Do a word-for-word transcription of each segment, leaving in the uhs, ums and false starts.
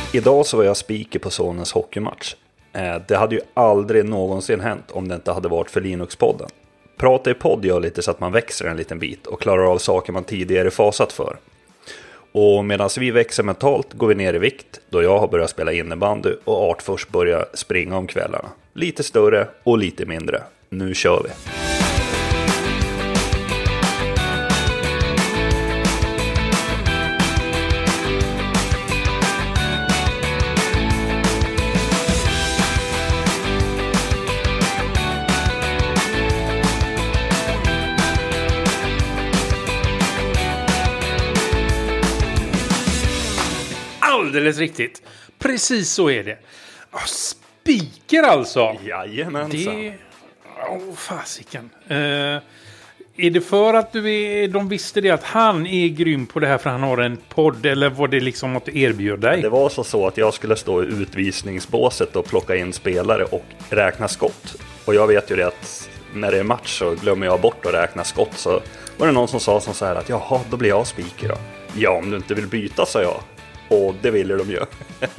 Idag så var jag speaker på sonens hockeymatch. Det hade ju aldrig någonsin hänt om det inte hade varit för Linux-podden. Prata i podd gör lite så att man växer en liten bit och klarar av saker man tidigare fasat för. Och medan vi växer mentalt går vi ner i vikt då jag har börjat spela innebandy och Artfors börjar springa om kvällarna. Lite större och lite mindre. Nu kör vi! Alldeles riktigt. Precis så är det. Oh, speaker alltså. Jajamensan. Det... Åh, oh, fasiken. Uh, är det för att du är... de visste det att han är grym på det här för han har en podd? Eller var det liksom att du erbjöd dig? Det var så, så att jag skulle stå i utvisningsbåset och plocka in spelare och räkna skott. Och jag vet ju det att när det är match så glömmer jag bort att räkna skott. Så var det någon som sa som så här att jaha, då blir jag speaker då. Ja, om du inte vill byta, sa jag. Och det ville de ju.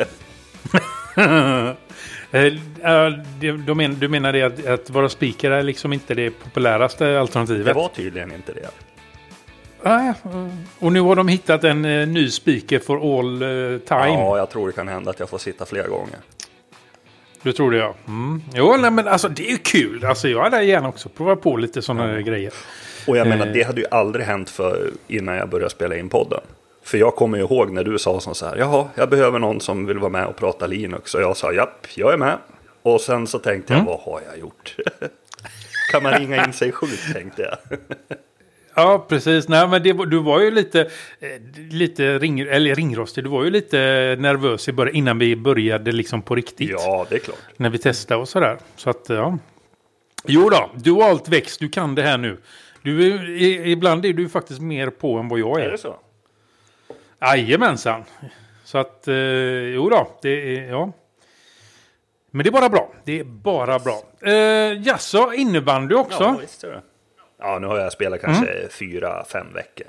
du, men, du menar det att, att vara speaker är liksom inte det populäraste alternativet? Det var tydligen inte det. Ah, och nu har de hittat en uh, ny speaker for all uh, time. Ja, jag tror det kan hända att jag får sitta flera gånger. Du tror det, ja. Mm. Jo, nej, men alltså det är ju kul. Alltså jag hade gärna också prova på lite sådana mm. grejer. Och jag menar, det hade ju aldrig hänt för innan jag började spela in podden. För jag kommer ju ihåg när du sa så här, jaha, jag behöver någon som vill vara med och prata Linux. Och jag sa, japp, jag är med. Och sen så tänkte jag, mm. vad har jag gjort? Kan man ringa in sig sjuk, tänkte jag. Ja, precis. Nej, men det, du var ju lite, lite ring, eller ringrostig. Du var ju lite nervös i början, innan vi började liksom på riktigt. Ja, det är klart. När vi testade och sådär. Så att, ja. Jo då, du har allt växt. Du kan det här nu. Du är, ibland är du faktiskt mer på än vad jag är. Är det så? Jajamensan. Så att, eh, jo då, det är, ja. Men det är bara bra. Det är bara bra. Eh, jaså, innebandy också? Ja, visst är det. Ja, nu har jag spelat kanske mm. fyra, fem veckor.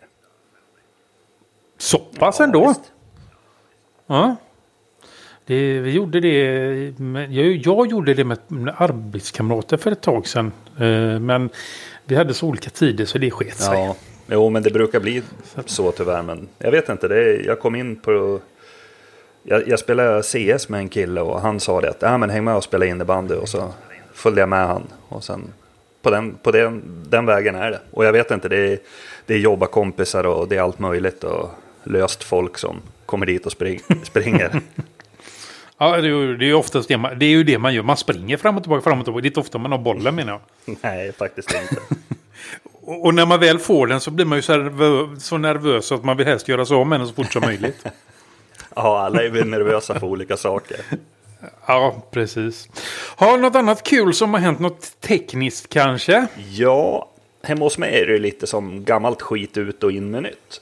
Så pass ja, ändå? Visst. Ja. Det, vi gjorde det, med, jag, jag gjorde det med, med arbetskamrater för ett tag sedan. Eh, men vi hade så olika tider så det sket sig. Ja. Jo, men det brukar bli så tyvärr. Men jag vet inte, det är, jag kom in på... Jag, jag spelade C S med en kille och han sa det att ah, men häng med och spela innebandy. Och så följde jag med han. Och sen på den, på den, den vägen är det. Och jag vet inte, det är, det är jobbarkompisar och det är allt möjligt. Och löst folk som kommer dit och spring, springer. Ja, det är ju, det är ju oftast det man, det är ju det man gör. Man springer fram och tillbaka, fram och tillbaka. Det är inte ofta man har bollen, menar jag. Nej, faktiskt inte. Och när man väl får den så blir man ju så, nervö- så nervös att man vill helst göra så med den så fort som möjligt. Ja, alla är väl nervösa för olika saker. Ja, precis. Har något annat kul som har hänt? Något tekniskt kanske? Ja, hemma hos mig är det lite som gammalt skit ut och in med nytt.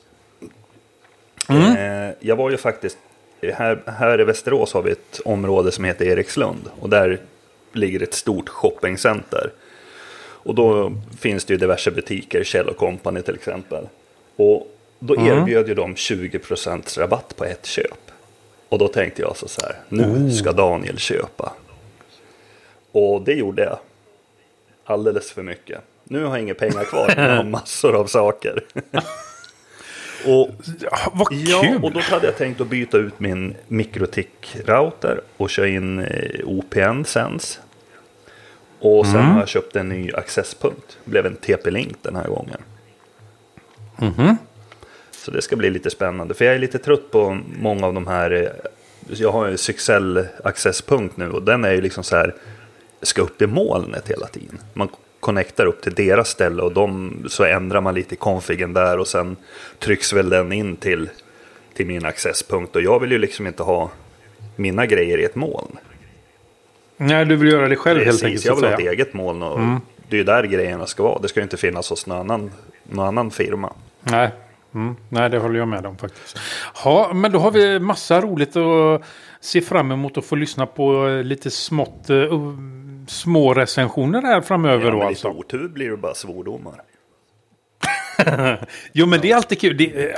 Mm. Jag var ju faktiskt... Här, här i Västerås har vi ett område som heter Erikslund. Och där ligger ett stort shoppingcenter. Och då finns det ju diverse butiker, Kjell och Company till exempel. Och då erbjöd mm. ju de tjugo procent rabatt på ett köp. Och då tänkte jag så här, nu oh. ska Daniel köpa. Och det gjorde jag. Alldeles för mycket. Nu har jag inga pengar kvar, jag har massor av saker. Och, vad kul! Ja, och då hade jag tänkt att byta ut min Mikrotik-router och köra in O P N Sense. Och sen mm. har jag köpt en ny accesspunkt. Det blev en T P-Link den här gången. Mm-hmm. Så det ska bli lite spännande. För jag är lite trött på många av de här... Jag har en Syxel accesspunkt nu. Och den är ju liksom så här... Ska upp i molnet hela tiden. Man connectar upp till deras ställe. Och de, så ändrar man lite i konfigen där. Och sen trycks väl den in till, till min accesspunkt. Och jag vill ju liksom inte ha mina grejer i ett moln. Nej, du vill göra det själv. Precis, helt enkelt. Jag vill ha ett eget moln och mm. det är ju där grejerna ska vara. Det ska ju inte finnas hos någon annan, någon annan firma. Nej. Mm. Nej, det håller jag med om faktiskt. Ja, men då har vi massa roligt att se fram emot att få lyssna på lite smått, uh, små recensioner här framöver. Ja, då, men alltså. Lite otur blir det bara svordomar. Jo, men det är alltid kul. Det, uh,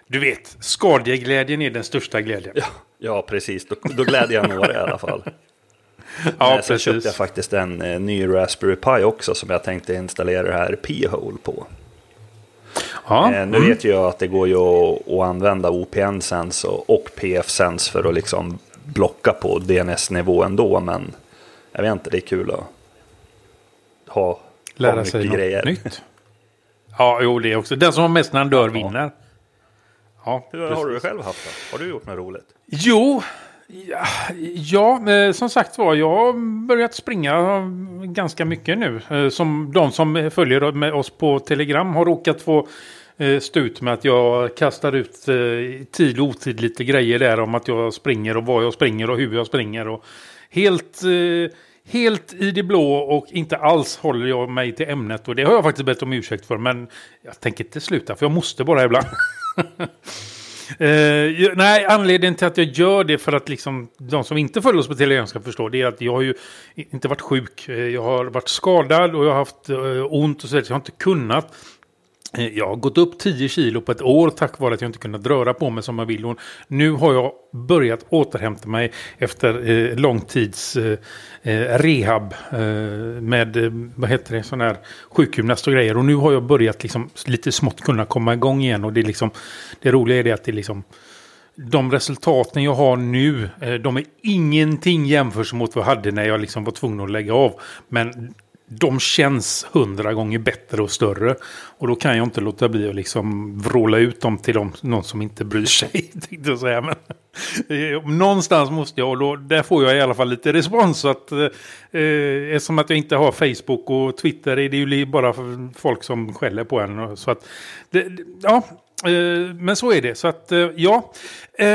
Du vet, skadeglädjen är den största glädjen. Ja, ja precis. Då, då glädjer jag några i alla fall. Ja, Men sen köpte jag faktiskt en eh, ny Raspberry Pi också som jag tänkte installera det här Pi-hole på. Ja, eh, nu mm. vet jag att det går ju att, att använda O P N-sens och, och P F-sens för att liksom blocka på D N S-nivå ändå, men jag vet inte, det är kul att ha, lära ha mycket sig grejer. något nytt. Ja, jo, det är också. Den som har mest när han dör Ja. vinner. Ja, Hur har du själv haft det? Har du gjort något roligt? Jo, ja, ja eh, som sagt var, jag har börjat springa ganska mycket nu. Eh, som de som följer med oss på Telegram har råkat få eh, stå ut med att jag kastar ut eh, tid och otid lite grejer där om att jag springer och var jag springer och hur jag springer. Och helt, eh, helt i det blå och inte alls håller jag mig till ämnet. Och det har jag faktiskt bett om ursäkt för, men jag tänker inte sluta för jag måste bara ibland. Uh, nej, anledningen till att jag gör det för att liksom de som inte följer oss på Telegram ska förstå det är att jag har ju inte varit sjuk. Jag har varit skadad och jag har haft uh, ont och så, så jag har inte kunnat. Uh, jag har gått upp tio kilo på ett år tack vare att jag inte kunnat röra på mig som jag vill. Och nu har jag börjat återhämta mig efter uh, lång tids uh, uh, rehab uh, med uh, vad heter det, sån här sjukgymnast och grejer. Och nu har jag börjat liksom lite smått kunna komma igång igen. Och det är liksom, det roliga är det att det är liksom de resultaten jag har nu, uh, de är ingenting jämfört mot vad jag hade när jag liksom var tvungen att lägga av. Men de känns hundra gånger bättre och större. Och då kan jag inte låta bli att liksom vråla ut dem till dem, någon som inte bryr sig. Tänkte jag säga. Men, någonstans måste jag, och då, där får jag i alla fall lite respons. Så att, eh, eftersom att jag inte har Facebook och Twitter är det ju bara för folk som skäller på en. Så att, det, ja, eh, men så är det. Så att, eh, ja. Eh,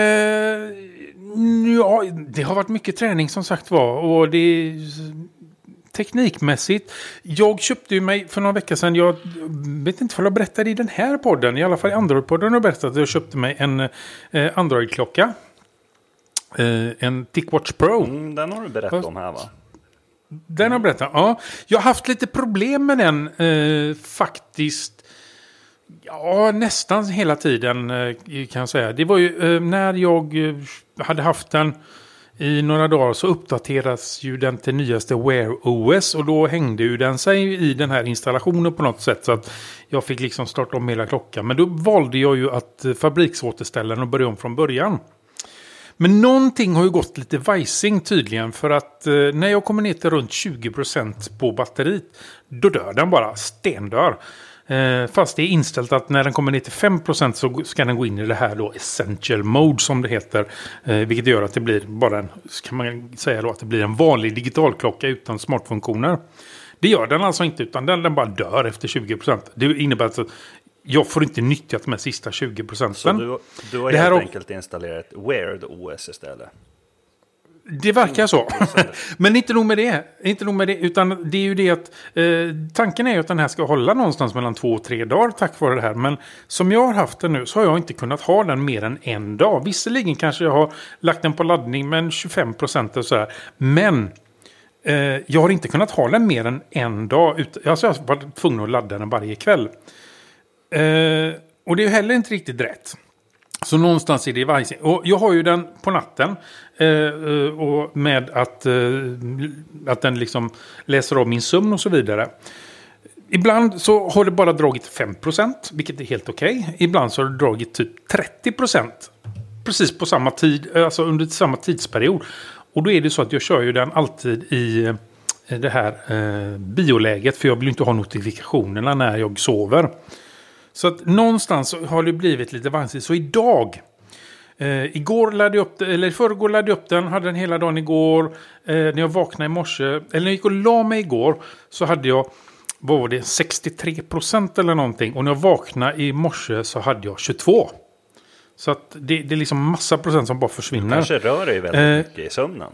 ja, det har varit mycket träning som sagt var. Och det teknikmässigt. Jag köpte ju mig för några veckor sedan, jag vet inte om jag berättade i den här podden, i alla fall i Android-podden har jag berättat att jag köpte mig en eh, Android-klocka. Eh, en TicWatch Pro. Mm, den har du berättat om här va? Den har jag berättat, ja. Jag har haft lite problem med den eh, faktiskt. Ja, nästan hela tiden eh, kan jag säga. Det var ju eh, när jag eh, hade haft den i några dagar så uppdateras ju den till nyaste Wear O S och då hängde ju den sig i den här installationen på något sätt så att jag fick liksom starta om hela klockan. Men då valde jag ju att fabriksåterställa den och börja om från början. Men någonting har ju gått lite vajsing tydligen för att eh, när jag kommer ner till runt tjugo procent på batteriet då dör den bara, stendör. Eh, fast det är inställt att när den kommer ner till fem procent så ska den gå in i det här då essential mode som det heter. Eh, vilket gör att det blir bara en, kan man säga då, att det blir en vanlig digitalklocka utan smartfunktioner. Det gör den alltså inte utan den, den bara dör efter tjugo procent. Det innebär att jag får inte nyttja de här sista tjugo procenten. Så du, du har det helt här enkelt installerat Wear O S istället? Det verkar så. Men inte nog med det. Inte nog med det. Utan det är ju det att eh, tanken är ju att den här ska hålla någonstans mellan två och tre dagar tack vare det här. Men som jag har haft den nu så har jag inte kunnat ha den mer än en dag. Visserligen kanske jag har lagt den på laddning med tjugofem procent och så här. Men eh, jag har inte kunnat ha den mer än en dag. Ut- alltså jag har varit tvungen att ladda den varje kväll. Eh, och det är ju heller inte riktigt rätt. Så någonstans är det vajsing. Och jag har ju den på natten. Eh, och med att, eh, att den liksom läser av min sömn och så vidare. Ibland så har det bara dragit fem procent. Vilket är helt okej. Okay. Ibland så har det dragit typ trettio procent. Precis på samma tid. Alltså under samma tidsperiod. Och då är det så att jag kör ju den alltid i det här eh, bioläget. För jag vill inte ha notifikationerna när jag sover. Så att någonstans har det blivit lite vanskligt. Så idag, eh, igår laddade jag upp, eller förrgår laddade jag upp den, hade den hela dagen igår. Eh, när jag vaknade i morse, eller när jag gick och la mig igår så hade jag, vad var det, sextiotre procent eller någonting. Och när jag vaknade i morse så hade jag tjugotvå. Så att det, det är liksom massa procent som bara försvinner. Du kanske rör dig väldigt eh, mycket i sömnen.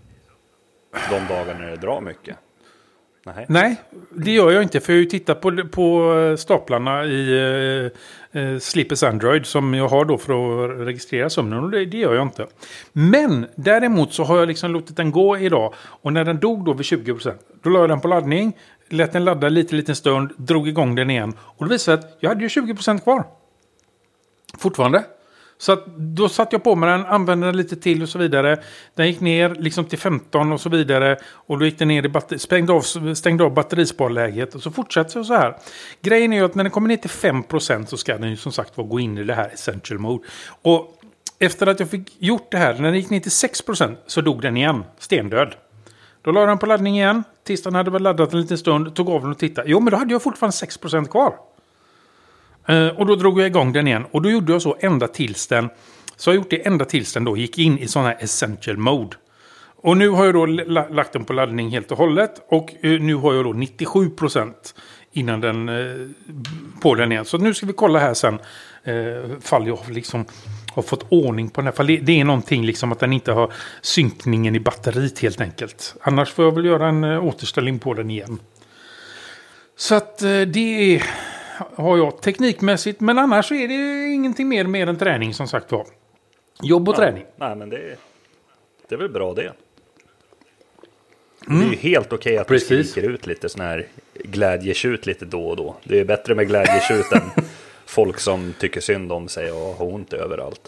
De dagar när det drar mycket. Nej. Nej, det gör jag inte. För jag har ju tittat på, på staplarna i uh, Sleepers Android som jag har då för att registrera sömnen. Och det, det gör jag inte. Men däremot så har jag liksom låtit den gå idag. Och när den dog då vid tjugo procent. Då la jag den på laddning. Lät den ladda lite liten stund. Drog igång den igen. Och det visade att jag hade ju tjugo procent kvar. Fortfarande. Så att då satt jag på med den, använde den lite till och så vidare. Den gick ner liksom till femton och så vidare. Och då gick den ner i batter- stängde, av, stängde av batterisparläget. Och så fortsätter jag så här. Grejen är ju att när den kommer ner till fem procent så ska den ju som sagt gå in i det här essential mode. Och efter att jag fick gjort det här, när den gick ner till sex procent så dog den igen. Stendöd. Då la den på laddning igen. Tills den hade väl laddat en liten stund. Tog av den och tittade. Jo, men då hade jag fortfarande sex procent kvar. Uh, och då drog jag igång den igen. Och då gjorde jag så ända tills den. Så jag gjort det ända tills den då gick in i sån här essential mode. Och nu har jag då la- lagt den på laddning helt och hållet. Och uh, nu har jag då nittiosju procent innan den uh, på den igen. Så nu ska vi kolla här sen. Uh, fall jag liksom har fått ordning på den här. Fall det, det är någonting liksom att den inte har synkningen i batteriet helt enkelt. Annars får jag väl göra en uh, återställning på den igen. Så att uh, det är... har jag teknikmässigt, men annars så är det ingenting mer mer än träning som sagt var. Jobb och ja, träning. Nej, men det är, det är väl bra det. Mm. Det är ju helt okej okay att Precis. du skriker ut lite sån här glädjetjut lite då och då. Det är bättre med glädjetjut än folk som tycker synd om sig och har ont överallt.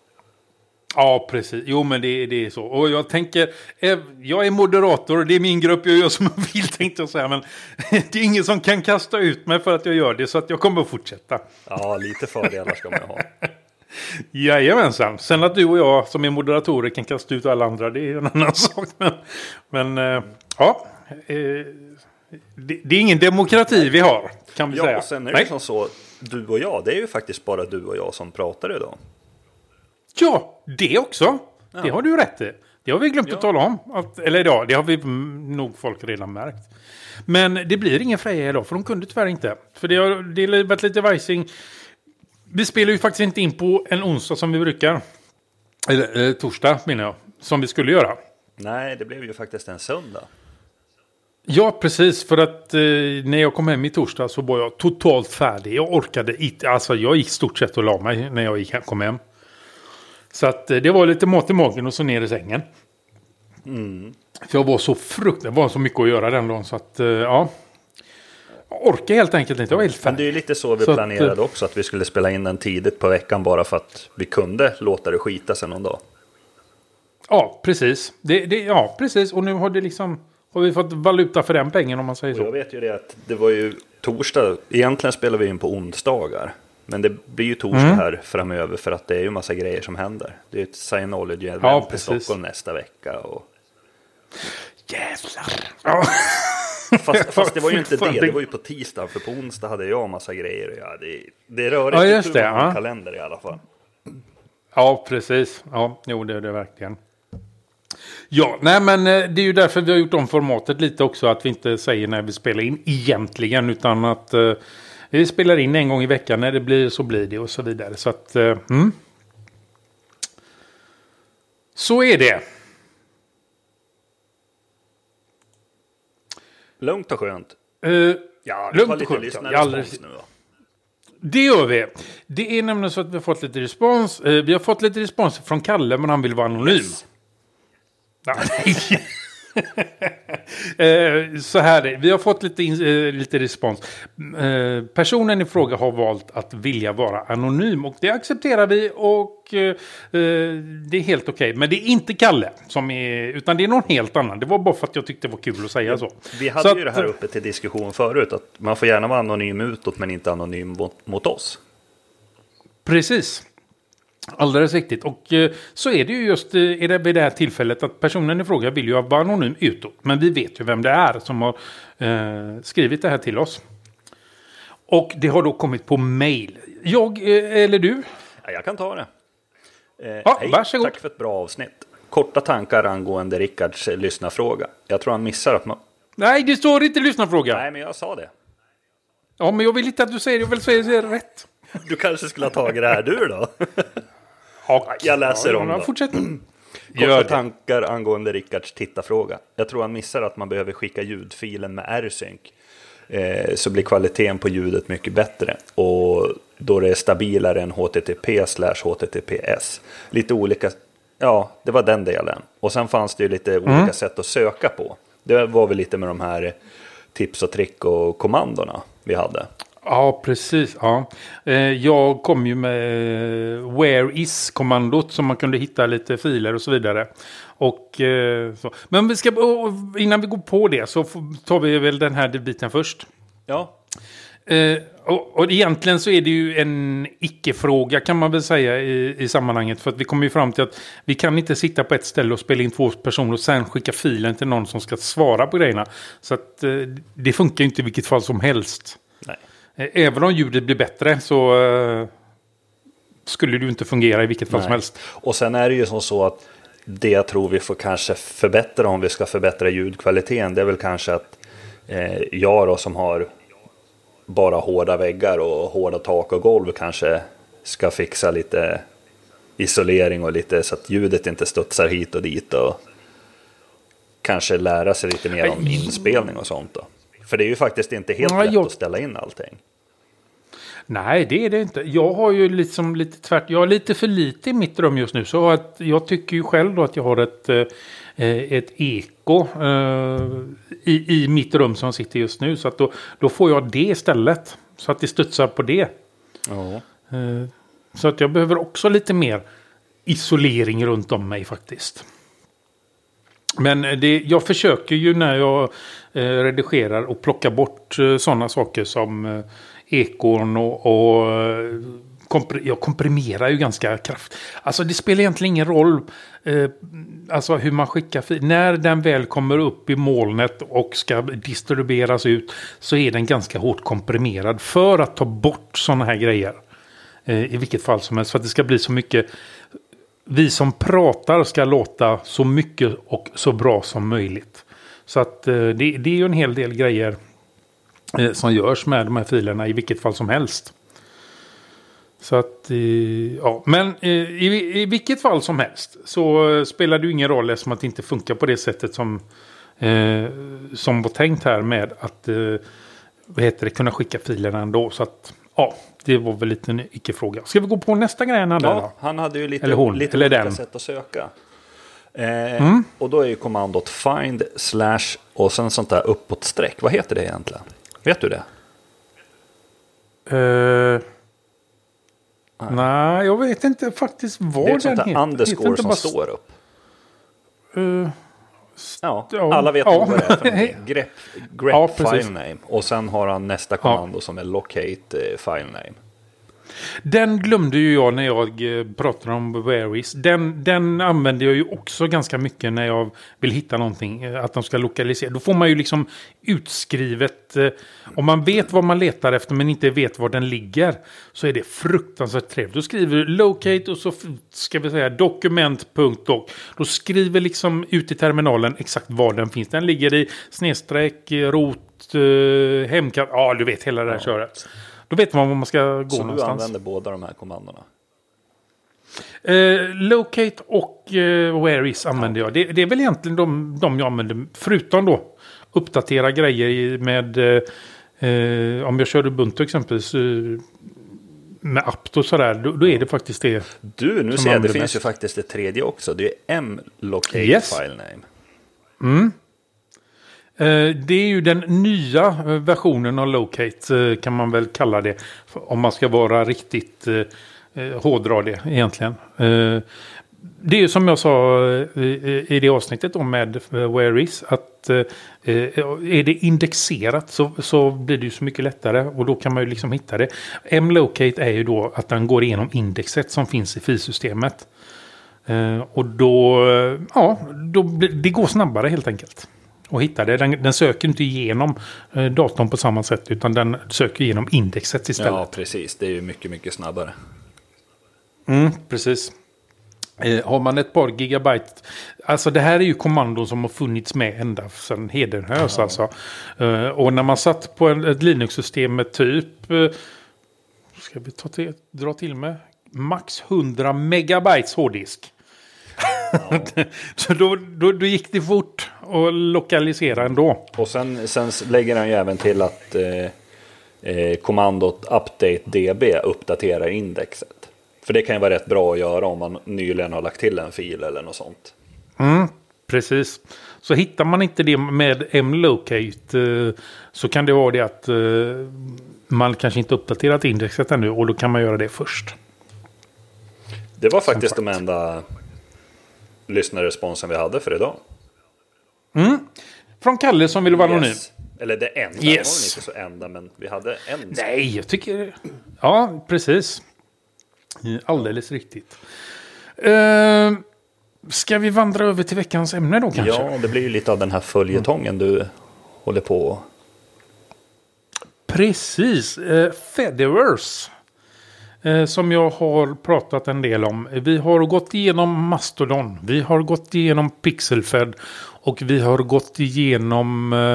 Ja, precis. Jo, men det, det är så. Och jag tänker, jag är moderator, det är min grupp, jag gör som jag vill, tänkte jag säga. Men det är ingen som kan kasta ut mig för att jag gör det, så att jag kommer att fortsätta. Ja, lite fördelar ska man ha. Jajamensan. Sen att du och jag som är moderatorer kan kasta ut alla andra, det är en annan sak. Men, men ja, det, det är ingen demokrati vi har, kan vi ja, säga. Ja, och sen är det Nej. som så, du och jag, det är ju faktiskt bara du och jag som pratar idag. Ja, det också. Ja. Det har du rätt i. Det har vi glömt ja. att tala om. Att, eller ja, det har vi nog folk redan märkt. Men det blir ingen Freja idag, för de kunde tyvärr inte. För det har, det har varit lite vajsing. Vi spelar ju faktiskt inte in på en onsdag som vi brukar. Eller eh, torsdag menar jag. Som vi skulle göra. Nej, det blev ju faktiskt en söndag. Ja, precis. För att eh, när jag kom hem i torsdag så var jag totalt färdig. Jag orkade inte. Alltså jag gick stort sett och la mig när jag gick hem, kom hem. Så att det var lite mat i magen och så ner i sängen. Mm. För jag var så fruktansvärt, det var så mycket att göra den dagen. Så att, ja. Jag orkar helt enkelt inte, jag var helt färdig. Men det är ju lite så vi så planerade att, också. Att vi skulle spela in den tidigt på veckan bara för att vi kunde låta det skita sig någon dag. Ja, precis. Det, det, ja, precis. Och nu har det liksom... Har vi fått valuta för den pengen om man säger och så. jag vet ju det att det var ju torsdag. Egentligen spelar vi in på onsdagar. Men det blir ju torsdag mm. här framöver för att det är ju massa grejer som händer. Det är ett Scientology-event ja, i Stockholm nästa vecka. Och... Jävlar! Ja. Fast, fast det var ju inte det, det var ju på tisdag. För på onsdag hade jag massa grejer att göra. Det, det rör ja, inte det, tur ja. kalender i alla fall. Ja, precis. Ja, jo, det är det verkligen. Ja, nej men det är ju därför vi har gjort om formatet lite också. Att vi inte säger när vi spelar in egentligen. Utan att uh, vi spelar in en gång i veckan. När det blir så blir det och så vidare. Så att... Uh, mm. Så är det. Lugnt och skönt. Uh, ja, vi tar lite lyssnarrespons nu då. Det gör vi. Det är nämligen så att vi har fått lite respons. Uh, vi har fått lite respons från Kalle, men han vill vara anonym. Yes. eh, så här är, vi har fått lite, eh, lite respons. Eh, personen i fråga har valt att vilja vara anonym och det accepterar vi och eh, det är helt okej. Okay. Men det är inte Kalle som är, utan det är någon helt annan. Det var bara för att jag tyckte det var kul att säga så. Vi hade så ju att, det här uppe till diskussion förut att man får gärna vara anonym utåt men inte anonym mot, mot oss. Precis. Alldeles riktigt. Och eh, så är det ju just eh, är det vid det här tillfället att personen i fråga vill ju vara anonym utåt. Men vi vet ju vem det är som har eh, skrivit det här till oss. Och det har då kommit på mail. Jag eh, eller du? Ja, jag kan ta det. Eh, ja, hej, varsågod. Tack för ett bra avsnitt. Korta tankar angående Rickards eh, lyssnarfråga. Jag tror han missar att man... Nej, det står inte lyssnarfråga. Nej, men jag sa det. Ja, men jag vill inte att du säger det. Jag vill säga det rätt. Du kanske skulle ha tagit det här du då? Och, jag läser ja, om då. Fortsätt. Korta tankar angående Rickards tittarfråga. Jag tror han missar att man behöver skicka ljudfilen med R-sync. Eh, så blir kvaliteten på ljudet mycket bättre. Och då det är stabilare än H T T P slash H T T P S. Lite olika... Ja, det var den delen. Och sen fanns det ju lite mm. olika sätt att söka på. Det var väl lite med de här tips och trick och kommandorna vi hade. Ja, precis. Ja. Jag kom ju med where is-kommandot som man kunde hitta lite filer och så vidare. Och, så. Men vi ska, innan vi går på det så tar vi väl den här biten först. Ja. Och, och egentligen så är det ju en icke-fråga kan man väl säga i, i sammanhanget. För att vi kommer ju fram till att vi kan inte sitta på ett ställe och spela in två personer och sen skicka filen till någon som ska svara på grejerna. Så att det funkar ju inte i vilket fall som helst. Nej. Även om ljudet blir bättre så uh, skulle det ju inte fungera i vilket fall Nej. som helst. Och sen är det ju som så att det jag tror vi får kanske förbättra om vi ska förbättra ljudkvaliteten, det är väl kanske att eh, jag då som har bara hårda väggar och hårda tak och golv kanske ska fixa lite isolering och lite så att ljudet inte studsar hit och dit och kanske lära sig lite mer om inspelning och sånt då. För det är ju faktiskt inte helt ja, lätt jag... att ställa in allting. Nej, det är det inte. Jag har ju liksom lite tvärt. Jag har lite för lite i mitt rum just nu. Så att jag tycker ju själv då att jag har ett, ett eko i, i mitt rum som sitter just nu. Så att då, då får jag det istället. Så att det studsar på det. Ja. Så att jag behöver också lite mer isolering runt om mig faktiskt. Men det, jag försöker ju när jag eh, redigerar och plocka bort eh, sådana saker som eh, ekon och, och kompr- jag komprimerar ju ganska kraftigt. Alltså det spelar egentligen ingen roll eh, alltså hur man skickar fil. När den väl kommer upp i molnet och ska distribueras ut så är den ganska hårt komprimerad för att ta bort sådana här grejer. Eh, I vilket fall som helst för att det ska bli så mycket. Vi som pratar ska låta så mycket och så bra som möjligt. Så att eh, det, det är ju en hel del grejer eh, som görs med de här filerna i vilket fall som helst. Så att, eh, ja. Men eh, i, i vilket fall som helst så eh, spelar det ju ingen roll eftersom att det inte funkar på det sättet som, eh, som var tänkt här med att eh, vad heter det, kunna skicka filerna ändå. Så att, ja. Det var väl lite en icke-fråga. Ska vi gå på nästa grej? Han hade, ja, han hade ju lite, eller hon, lite eller olika den. sätt att söka. Eh, mm. Och då är ju kommandot find slash och sen sånt där uppåtsträck. Vad heter det egentligen? Vet du det? Uh, nej. nej, jag vet inte faktiskt vad den heter. Det är ett sånt där underscore som bara... står upp. Uh, ja, alla vet ja. vad det är för någonting. Grep, grep ja, file name. Och sen har han nästa kommando ja. som är locate eh, file name. Den glömde ju jag när jag pratade om where is. Den, den använder jag ju också ganska mycket när jag vill hitta någonting. Att de ska lokalisera. Då får man ju liksom utskrivet. Om man vet vad man letar efter men inte vet var den ligger. Så är det fruktansvärt trevligt. Då skriver du locate och så ska vi säga dokument.doc. Då skriver liksom ut i terminalen exakt var den finns. Den ligger i snedstreck, rot, hemkant. Ja, du vet hela det här ja. köret. Då vet man var man ska gå så någonstans. Så du använder båda de här kommandona? Eh, locate och eh, where is använder jag. Det, det är väl egentligen de, de jag använder. Förutom då uppdatera grejer med eh, om jag kör Ubuntu exempelvis eh, med apt och sådär. Då, då är det faktiskt det. Du, nu ser jag det finns mest. Ju faktiskt det tredje också. Det är M-locate yes. file name. Mm. Det är ju den nya versionen av locate kan man väl kalla det. Om man ska vara riktigt eh, hårdra det egentligen. Eh, det är ju som jag sa i, i det avsnittet om med where is. Att eh, är det indexerat så, så blir det ju så mycket lättare. Och då kan man ju liksom hitta det. M-locate är ju då att den går igenom indexet som finns i filsystemet. Eh, och då, ja, då det går snabbare helt enkelt. Och hitta det. Den, den söker inte igenom eh, datorn på samma sätt utan den söker igenom indexet istället. Ja, precis. Det är ju mycket, mycket snabbare. Mm, precis. Eh, har man ett par gigabyte... Alltså det här är ju kommandon som har funnits med ända sedan Hedenhös. Ja. Alltså. Eh, och när man satt på en, ett Linux-system med typ... Eh, ska vi ta till, dra till med? Max hundra megabytes hårddisk. Ja. Så då, då, då gick det fort att lokalisera ändå. Och sen, sen lägger han ju även till att eh, eh, kommandot update db uppdaterar indexet. För det kan ju vara rätt bra att göra om man nyligen har lagt till en fil eller något sånt. Mm, Precis. Så hittar man inte det med M-Locate eh, så kan det vara det att eh, man kanske inte uppdaterat indexet ännu och då kan man göra det först. Det var faktiskt de enda lyssnarresponsen vi hade för idag. Mm. Från Kalle som vill vara anonym. Yes. Eller det enda, Yes. det var inte så enda, men vi hade en. Nej, jag tycker... Ja, precis. Alldeles riktigt. Uh, ska vi vandra över till veckans ämne då kanske? Ja, det blir ju lite av den här följetongen mm. du håller på. Precis. Uh, Fediverse. Uh, som jag har pratat en del om. Vi har gått igenom Mastodon. Vi har gått igenom Pixelfed. Och vi har gått igenom... Uh,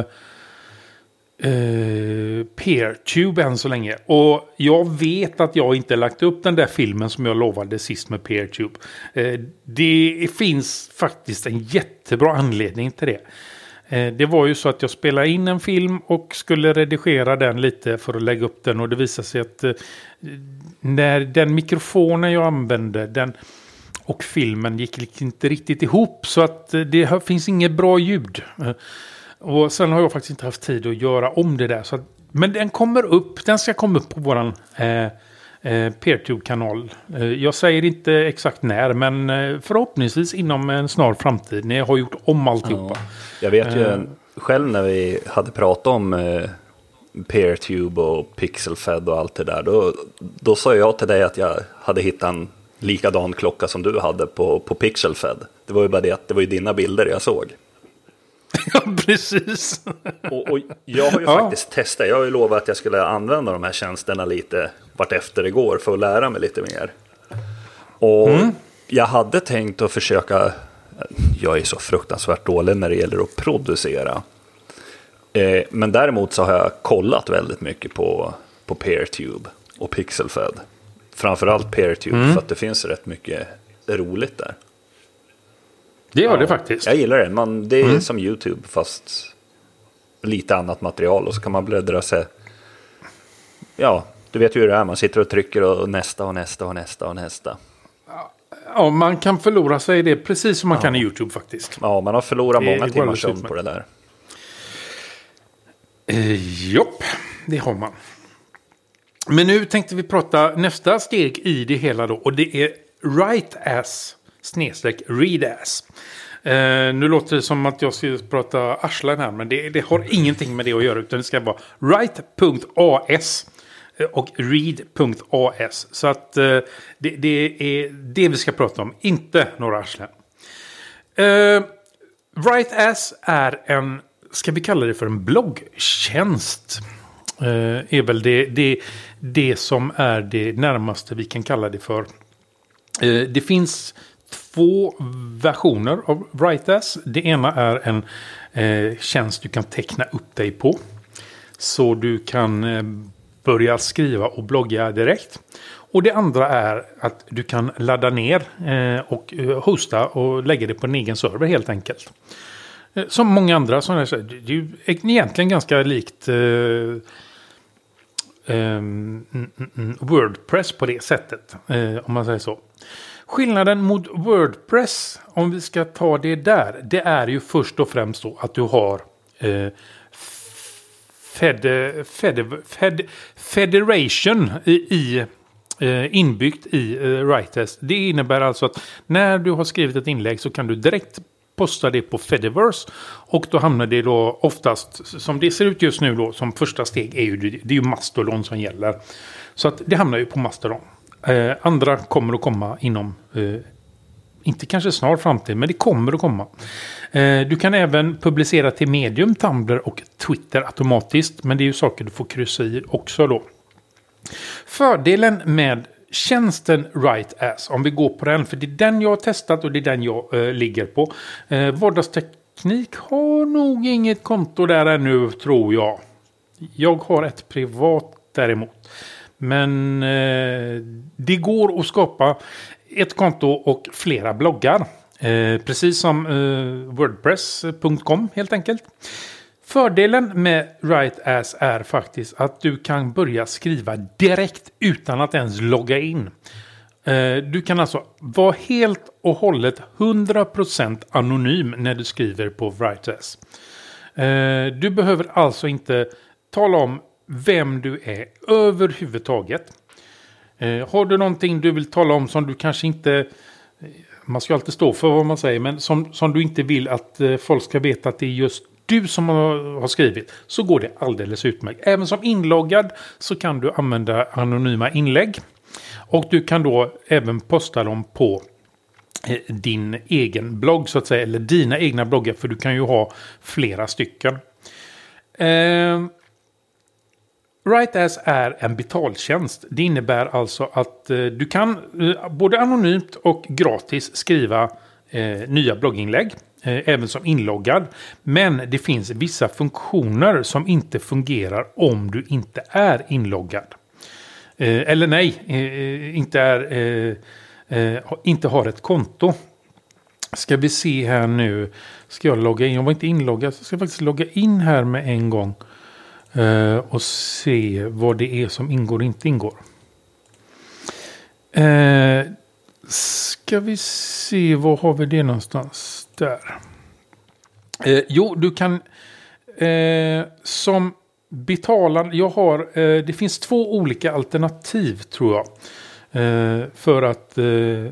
Uh, PeerTube än så länge. Och jag vet att jag inte lagt upp den där filmen som jag lovade sist med PeerTube. Uh, det finns faktiskt en jättebra anledning till det. Uh, det var ju så att jag spelade in en film och skulle redigera den lite för att lägga upp den. Och det visade sig att uh, när den mikrofonen jag använde den och filmen gick inte riktigt ihop. Så att uh, det finns inget bra ljud. Uh, Och sen har jag faktiskt inte haft tid att göra om det där. Så att, men den kommer upp. Den ska komma upp på våran eh, eh, PeerTube-kanal. Eh, jag säger inte exakt när. Men eh, förhoppningsvis inom en snar framtid. När jag har gjort om alltihopa. Ja, jag vet ju eh, själv när vi hade pratat om eh, PeerTube och Pixelfed och allt det där. Då, då sa jag till dig att jag hade hittat en likadan klocka som du hade på, på Pixelfed. Det var ju bara det att det var ju dina bilder jag såg. Ja, precis. Och, och jag har ju ja. faktiskt testat. Jag har ju lovat att jag skulle använda de här tjänsterna lite vart efter det går för att lära mig lite mer. Och mm. jag hade tänkt att försöka... Jag är så fruktansvärt dålig när det gäller att producera. Eh, men däremot så har jag kollat väldigt mycket på, på PeerTube och Pixelfed. Framförallt PeerTube mm. för att det finns rätt mycket roligt där. Det gör ja, det faktiskt. Jag gillar det. Man, det är mm. som YouTube fast lite annat material. Och så kan man bläddra sig. Ja, du vet ju hur det är. Man sitter och trycker och nästa och nästa och nästa och nästa. Ja, man kan förlora sig i det precis som man ja. kan i YouTube faktiskt. Ja, man har förlorat det många timmar sömn på det där. Eh, jopp, det har man. Men nu tänkte vi prata nästa steg i det hela då. Och det är Write As snedstreck Read As. Uh, nu låter det som att jag ska prata arslen här. Men det, det har ingenting med det att göra. Utan det ska vara write punkt a s och read punkt a s. Så att uh, det, det är det vi ska prata om. Inte några arslen. Uh, Write As är en, ska vi kalla det för en bloggtjänst. Uh, är väl det, det, det som är det närmaste vi kan kalla det för. Uh, det finns två versioner av Write As. Det ena är en eh, tjänst du kan teckna upp dig på. Så du kan eh, börja skriva och blogga direkt. Och det andra är att du kan ladda ner eh, och eh, hosta och lägga det på en egen server helt enkelt. Eh, som många andra sådana här, det är ju egentligen ganska likt eh, eh, mm, mm, WordPress på det sättet. Eh, om man säger så. Skillnaden mot WordPress, om vi ska ta det där, det är ju först och främst så att du har eh, fed, fed, fed, Federation i, i, eh, inbyggt i eh, Write As. Det innebär alltså att när du har skrivit ett inlägg så kan du direkt posta det på Fediverse och då hamnar det då oftast, som det ser ut just nu då, som första steg är ju, det är ju Mastodon som gäller. Så att det hamnar ju på Mastodon. Eh, andra kommer att komma inom, eh, inte kanske snar framtid, men det kommer att komma. Eh, du kan även publicera till Medium, Tumblr och Twitter automatiskt, men det är ju saker du får kryssa i också då. Fördelen med tjänsten Write As, om vi går på den, för det är den jag har testat och det är den jag eh, ligger på. Eh, vardagsteknik har nog inget konto där ännu, tror jag. Jag har ett privat däremot. Men eh, det går att skapa ett konto och flera bloggar. Eh, precis som eh, wordpress punkt com helt enkelt. Fördelen med Write As är faktiskt att du kan börja skriva direkt utan att ens logga in. Du kan alltså vara helt och hållet hundra procent anonym när du skriver på Write.s. Du behöver alltså inte tala om vem du är överhuvudtaget. Har du någonting du vill tala om som du kanske inte... Man ska alltid stå för vad man säger, men som, som du inte vill att folk ska veta att det är just du som har, har skrivit, så går det alldeles utmärkt. Även som inloggad så kan du använda anonyma inlägg. Och du kan då även posta dem på din egen blogg så att säga. Eller dina egna bloggar, för du kan ju ha flera stycken. Eh, Write.as är en betaltjänst. Det innebär alltså att eh, du kan eh, både anonymt och gratis skriva eh, nya blogginlägg. Eh, även som inloggad. Men det finns vissa funktioner som inte fungerar om du inte är inloggad. Eh, eller nej, eh, inte, är, eh, eh, inte har ett konto. Ska vi se här nu. Ska jag logga in? Jag var inte inloggad. Så ska jag faktiskt logga in här med en gång. Eh, och se vad det är som ingår och inte ingår. Eh, ska vi se, var har vi det någonstans? Där. Eh, jo, du kan eh, som betalande, jag har, eh, det finns två olika alternativ tror jag. Eh, för att, eh,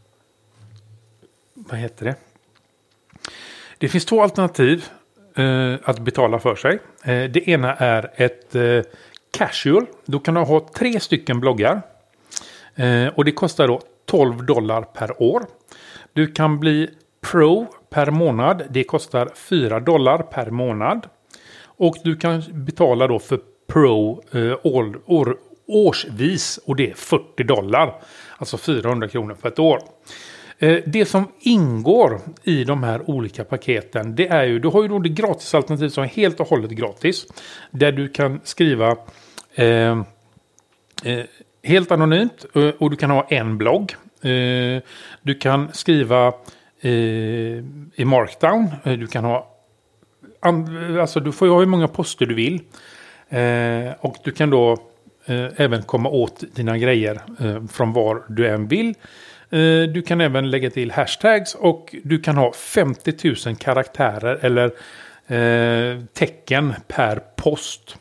vad heter det? Det finns två alternativ eh, att betala för sig. Eh, det ena är ett eh, casual. Då kan du ha tre stycken bloggar. Eh, och det kostar då tolv dollar per år. Du kan bli pro per månad. Det kostar fyra dollar per månad. Och du kan betala då för pro eh, år, år, årsvis. Och det är fyrtio dollar. Alltså fyrahundra kronor för ett år. Eh, det som ingår i de här olika paketen. Det är ju, du har ju då det gratisalternativ som är helt och hållet gratis. Där du kan skriva eh, eh, helt anonymt. Och du kan ha en blogg. Eh, du kan skriva eh, i Markdown. Eh, du kan ha Alltså du får ju ha hur många poster du vill. Eh, och du kan då eh, även komma åt dina grejer eh, från var du än vill. Eh, du kan även lägga till hashtags. Och du kan ha femtio tusen karaktärer eller eh, tecken per post.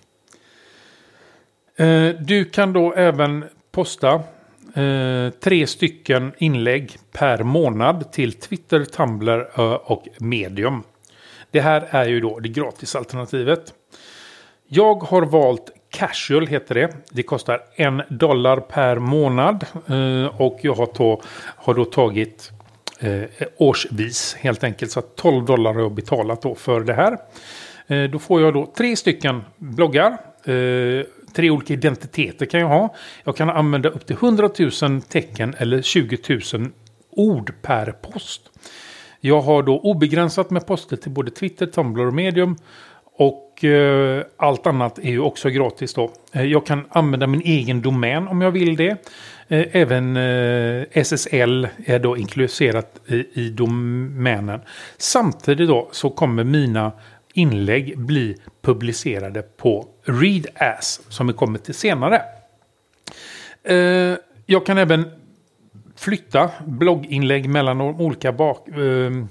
Eh, du kan då även posta eh, tre stycken inlägg per månad till Twitter, Tumblr eh, och Medium. Det här är ju då det gratisalternativet. Jag har valt casual heter det. Det kostar en dollar per månad. Och jag har då, har då tagit eh, årsvis helt enkelt. Så att tolv dollar har jag betalat då för det här. Eh, då får jag då tre stycken bloggar. Eh, tre olika identiteter kan jag ha. Jag kan använda upp till hundratusen tecken eller tjugo tusen ord per post. Jag har då obegränsat med poster till både Twitter, Tumblr och Medium. Och eh, allt annat är ju också gratis då. Eh, jag kan använda min egen domän om jag vill det. Eh, även eh, S S L är då inkluderat i, i domänen. Samtidigt då så kommer mina inlägg bli publicerade på Read.as som vi kommer till senare. Eh, jag kan även flytta blogginlägg mellan de olika, bak, eh,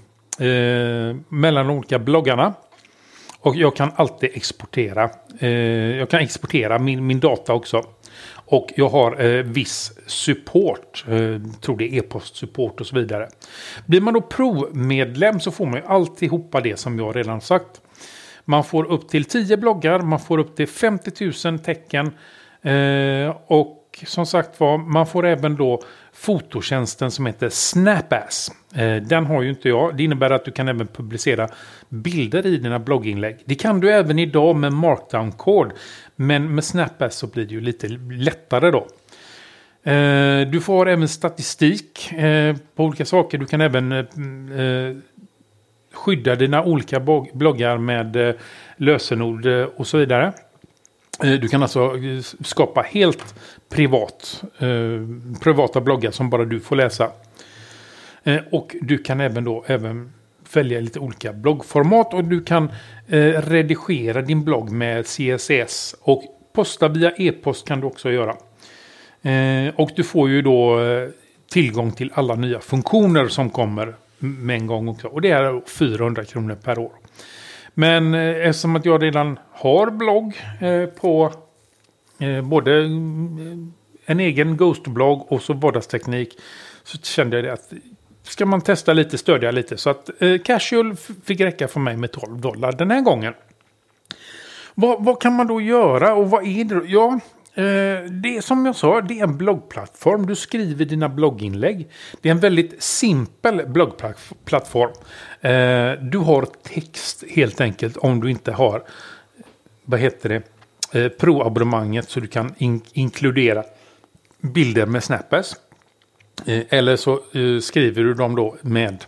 eh, mellan de olika bloggarna. Och jag kan alltid exportera. Eh, jag kan exportera min, min data också. Och jag har eh, viss support. Eh, tror det är e-postsupport och så vidare. Blir man då pro-medlem så får man ju alltihopa det som jag redan sagt. Man får upp till tio bloggar. Man får upp till femtio tusen tecken. Eh, och som sagt var, man får även då fototjänsten som heter Snap.as. Eh, den har ju inte jag. Det innebär att du kan även publicera bilder i dina blogginlägg. Det kan du även idag med Markdown-kod. Men med Snap.as så blir det ju lite lättare då. Eh, du får även statistik eh, på olika saker. Du kan även eh, skydda dina olika bloggar med eh, lösenord eh, och så vidare. Du kan alltså skapa helt privat, eh, privata bloggar som bara du får läsa. Eh, och du kan även då även välja lite olika bloggformat. Och du kan eh, redigera din blogg med C S S. Och posta via e-post kan du också göra. Eh, och du får ju då eh, tillgång till alla nya funktioner som kommer med en gång också. Och det är fyrahundra kronor per år. Men eh, eftersom att jag redan har blogg eh, på eh, både eh, en egen Ghost-blogg och så vardagsteknik, så kände jag det att ska man testa lite, stödja lite. Så att eh, Casual fick räcka för mig med tolv dollar den här gången. Vad, vad kan man då göra och vad är det då? Ja, eh, det är som jag sa, det är en bloggplattform. Du skriver dina blogginlägg. Det är en väldigt simpel bloggplattform. Eh, du har text helt enkelt om du inte har, vad heter det, eh, pro-abonnemanget så du kan in- inkludera bilder med snappers. Eh, eller så eh, skriver du dem då med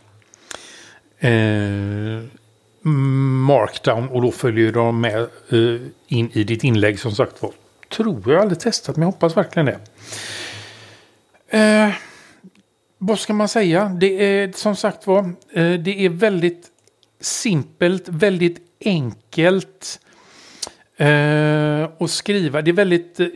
eh, markdown och då följer de med eh, in i ditt inlägg som sagt var. Tror jag aldrig testat men jag hoppas verkligen det. Eh, vad ska man säga? Det är som sagt var eh, det är väldigt simpelt, väldigt enkelt eh, att skriva. Det är väldigt eh,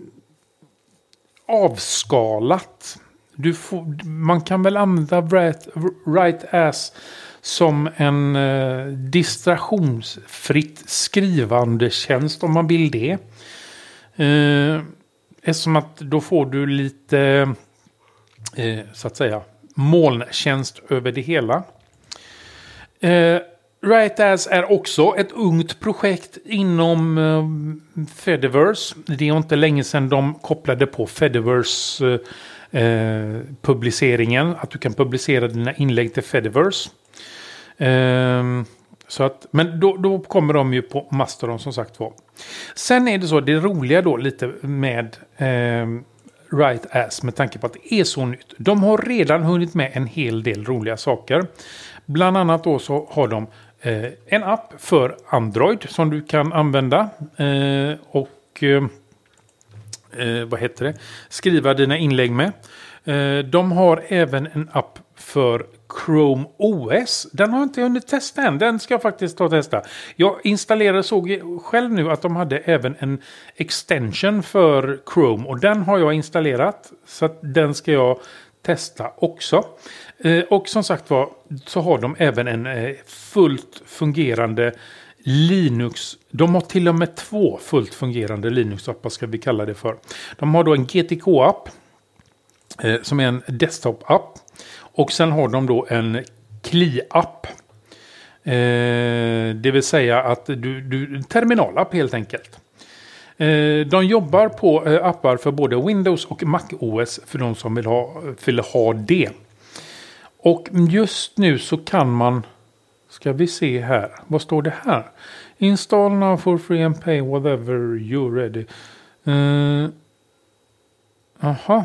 avskalat. Du får, man kan väl använda Write, write as som en eh, distraktionsfritt skrivande tjänst om man vill det. Eh, eftersom att då får du lite eh, så att säga molntjänst över det hela. Eh, Write as är också ett ungt projekt inom eh, Fediverse. Det är inte länge sedan de kopplade på Fediverse eh, Eh, publiceringen, att du kan publicera dina inlägg till Fediverse. Eh, så att, men då, då kommer de ju på Mastodon som sagt var. Sen är det så, det roliga då lite med eh, Write as med tanke på att det är så nytt. De har redan hunnit med en hel del roliga saker. Bland annat då så har de eh, en app för Android som du kan använda eh, och eh, Eh, vad heter det? Skriva dina inlägg med. Eh, de har även en app för Chrome O S. Den har jag inte hunnit testa än. Den ska jag faktiskt ta och testa. Jag installerade, såg själv nu att de hade även en extension för Chrome. Och den har jag installerat. Så att den ska jag testa också. Eh, och som sagt var så har de även en eh, fullt fungerande Linux. De har till och med två fullt fungerande Linux-appar ska vi kalla det för. De har då en G T K-app eh, som är en desktop-app. Och sen har de då en C L I-app. Eh, det vill säga att du, du terminalapp helt enkelt. Eh, de jobbar på eh, appar för både Windows och Mac O S för de som vill ha, vill ha det. Och just nu så kan man, ska vi se här, vad står det här? Install now for free and pay whatever you're ready. Uh, aha.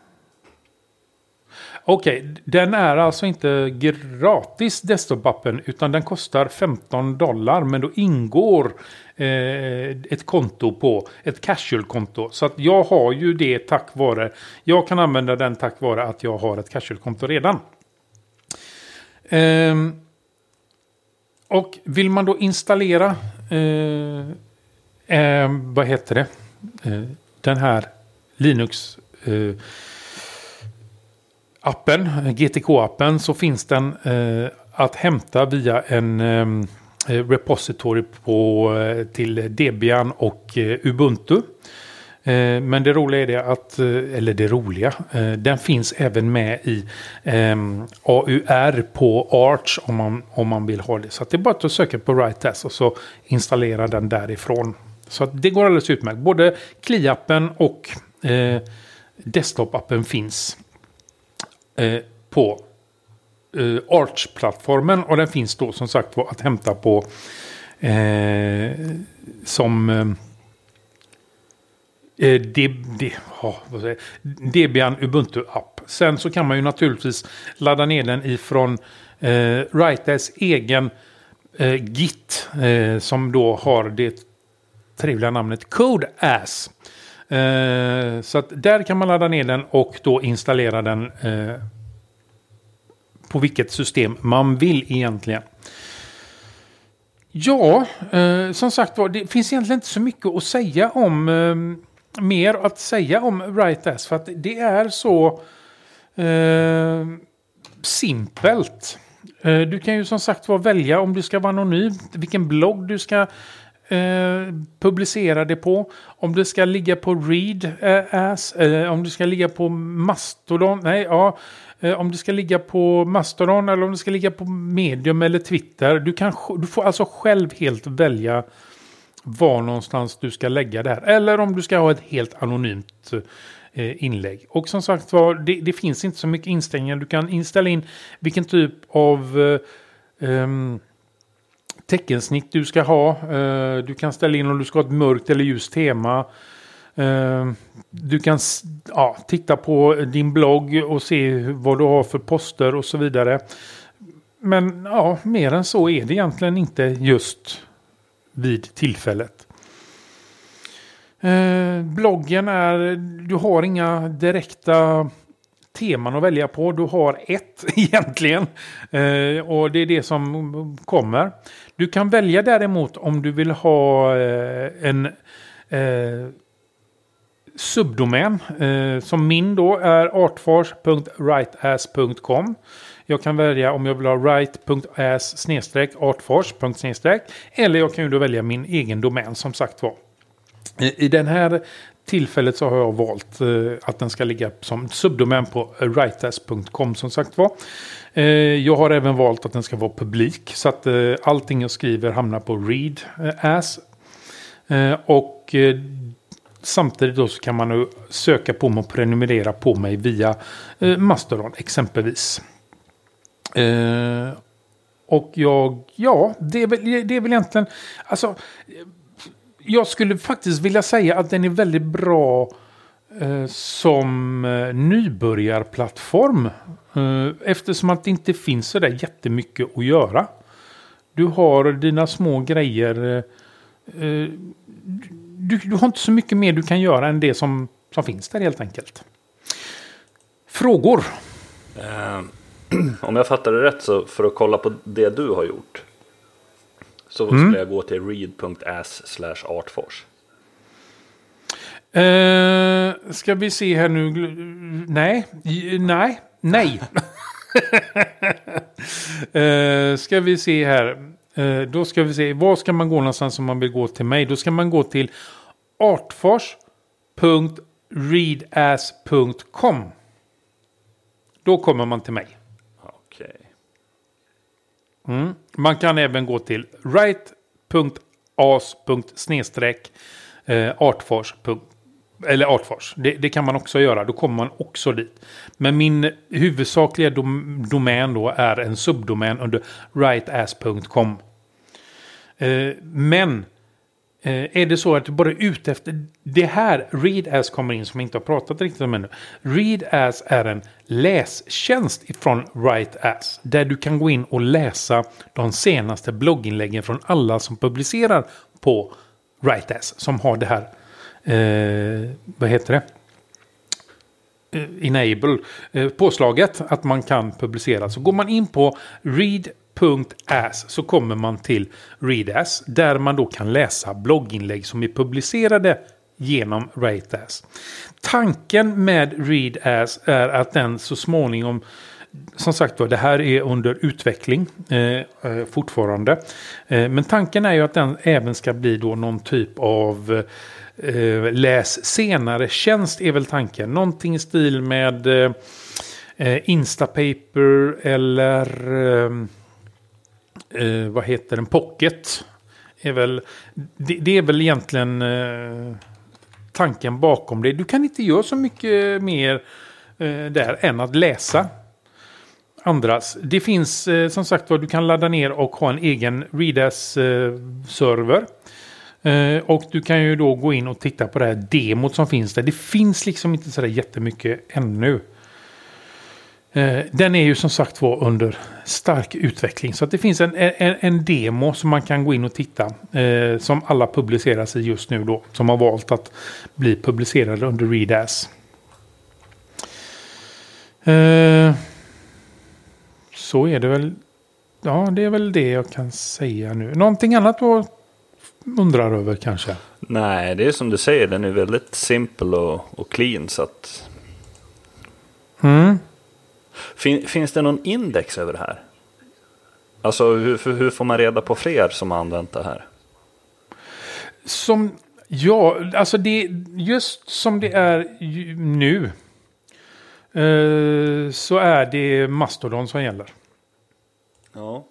Okej, okay, den är alltså inte gratis desktop-appen utan den kostar femton dollar men då ingår eh, ett konto på, ett casual-konto. Så att jag har ju det tack vare, jag kan använda den tack vare att jag har ett casual-konto redan. Eh, och vill man då installera, eh, eh, vad heter det, eh, den här Linux eh, appen, G T K-appen, så finns den eh, att hämta via en eh, repository på, eh, till Debian och eh, Ubuntu. Eh, men det roliga är det att, eh, eller det roliga, eh, den finns även med i eh, A U R på Arch om man, om man vill ha det. Så att det är bara att söka på Write as och så installera den därifrån. Så att det går alldeles utmärkt. Både C L I-appen och eh, desktop-appen finns Eh, på eh, Arch-plattformen och den finns då som sagt att hämta på eh, som eh, D, D, oh, vad säger, Debian Ubuntu-app. Sen så kan man ju naturligtvis ladda ner den ifrån eh, Write as egen eh, Git eh, som då har det trevliga namnet CodeAss. Uh, så att där kan man ladda ner den och då installera den uh, på vilket system man vill egentligen. Ja, uh, som sagt var, det finns egentligen inte så mycket att säga om, uh, mer att säga om Write as för att det är så Eh, simpelt. Eh, du kan ju som sagt var välja om du ska vara anonym, vilken blogg du ska eh, publicera det på. Om du ska ligga på Read eh, As, eh, om du ska ligga på Mastodon, nej ja, eh, om du ska ligga på Mastodon eller om du ska ligga på Medium eller Twitter. Du, kan, du får alltså själv helt välja var någonstans du ska lägga det här. Eller om du ska ha ett helt anonymt eh, inlägg. Och som sagt var, det, det finns inte så mycket inställningar. Du kan inställa in vilken typ av eh, um, teckensnitt du ska ha. Uh, du kan ställa in om du ska ha ett mörkt eller ljust tema. Uh, du kan ja, titta på din blogg och se vad du har för poster och så vidare. Men ja, mer än så är det egentligen inte just vid tillfället. Eh, bloggen är, du har inga direkta teman att välja på. Du har ett egentligen. Eh, och det är det som kommer. Du kan välja däremot om du vill ha eh, en eh, subdomän. Eh, som min då är artfors punkt writeas punkt com. Jag kan välja om jag vill ha write punkt as snedstreck artfors punkt snedstreck. Eller jag kan ju då välja min egen domän som sagt var. I, i den här tillfället så har jag valt eh, att den ska ligga som subdomän på writeas punkt com som sagt var. Eh, jag har även valt att den ska vara publik. Så att eh, allting jag skriver hamnar på read eh, as. Eh, och eh, samtidigt då så kan man nu söka på mig och prenumerera på mig via eh, Mastodon exempelvis. Uh, och jag, ja, det är, väl, det är väl egentligen, alltså, jag skulle faktiskt vilja säga att den är väldigt bra uh, som uh, nybörjarplattform. Uh, eftersom att det inte finns så där jättemycket att göra. Du har dina små grejer. Uh, du, du har inte så mycket mer du kan göra än det som, som finns där helt enkelt. Frågor? Uh. Om jag fattar det rätt så för att kolla på det du har gjort så mm. skulle jag gå till read punkt as slash artfors. Uh, ska vi se här nu. Nej, nej, nej. uh, ska vi se här. Uh, då ska vi se. Var ska man gå någonstans om man vill gå till mig? Då ska man gå till artfors punkt readas punkt com. Då kommer man till mig. Okay. Mm. Man kan även gå till write punkt as punkt snedstreck artfors. Eller artfors. Det, det kan man också göra. Då kommer man också dit. Men min huvudsakliga dom, domän då är en subdomän under writeas punkt com. Eh, men eh, är det så att du bara är ute efter det här readas kommer in som jag inte har pratat riktigt om ännu. Readas är en lästjänst ifrån writeas där du kan gå in och läsa de senaste blogginläggen från alla som publicerar på writeas som har det här eh, vad heter det? Eh, enable eh, påslaget att man kan publicera. Så går man in på read punkt as så kommer man till readas där man då kan läsa blogginlägg som är publicerade genom writeas. Tanken med readas är att den så småningom, som sagt var, det här är under utveckling eh, fortfarande. Eh, men tanken är ju att den även ska bli då någon typ av eh, läs senare tjänst är väl tanken. Någonting i stil med eh, Instapaper eller eh, eh, vad heter den? Pocket. Är väl, det, det är väl egentligen eh, tanken bakom det. Du kan inte göra så mycket mer eh, där än att läsa andras. Det finns eh, som sagt vad du kan ladda ner och ha en egen readas-server. Eh, och du kan ju då gå in och titta på det här demot som finns där. Det finns liksom inte så där jättemycket ännu. Eh, den är ju som sagt var under stark utveckling. Så att det finns en, en, en demo som man kan gå in och titta. Eh, som alla publiceras i just nu då. Som har valt att bli publicerade under readas. Eh, så är det väl. Ja, det är väl det jag kan säga nu. Någonting annat du undrar över kanske? Nej, det är som du säger. Den är väldigt simpel och, och clean så att... Mm. Fin, finns det någon index över det här? Alltså hur, hur får man reda på fler som har använt det här? Som, ja, alltså det, just som det är nu eh, så är det Mastodon som gäller. Ja.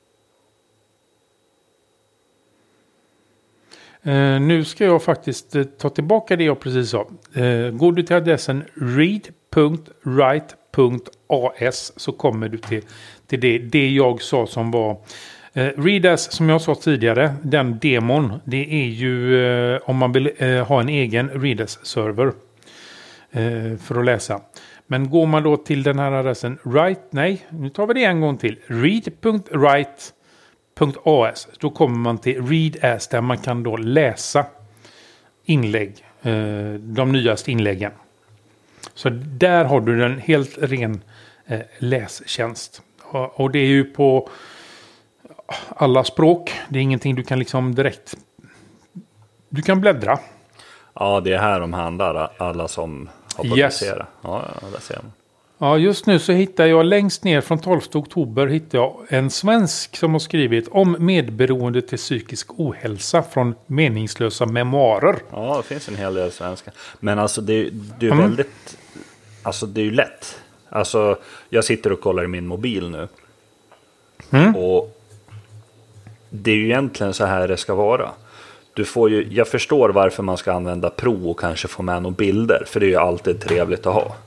Uh, nu ska jag faktiskt uh, ta tillbaka det jag precis sa. Uh, går du till adressen read punkt write punkt a s så kommer du till, till det, det jag sa som var uh, read-as som jag sa tidigare. Den demon, det är ju uh, om man vill uh, ha en egen read-as-server uh, för att läsa. Men går man då till den här adressen write, nej, nu tar vi det en gång till. read punkt write .as, då kommer man till read-as där man kan då läsa inlägg, eh, de nyaste inläggen. Så där har du en helt ren eh, lästjänst. Och, och det är ju på alla språk. Det är ingenting du kan liksom direkt... Du kan bläddra. Ja, det är här de handlar, alla som har publicerat. Yes. Ja, ja, där ser man. Ja, just nu så hittar jag längst ner från tolfte oktober hittar jag en svensk som har skrivit om medberoende till psykisk ohälsa från meningslösa memoarer. Ja, det finns en hel del svenska. Men alltså det, det är mm. väldigt, alltså det är ju lätt. Alltså jag sitter och kollar i min mobil nu. Mm. Och det är ju egentligen så här det ska vara. Du får ju, jag förstår varför man ska använda Pro och kanske få med några bilder. För det är ju alltid trevligt att ha.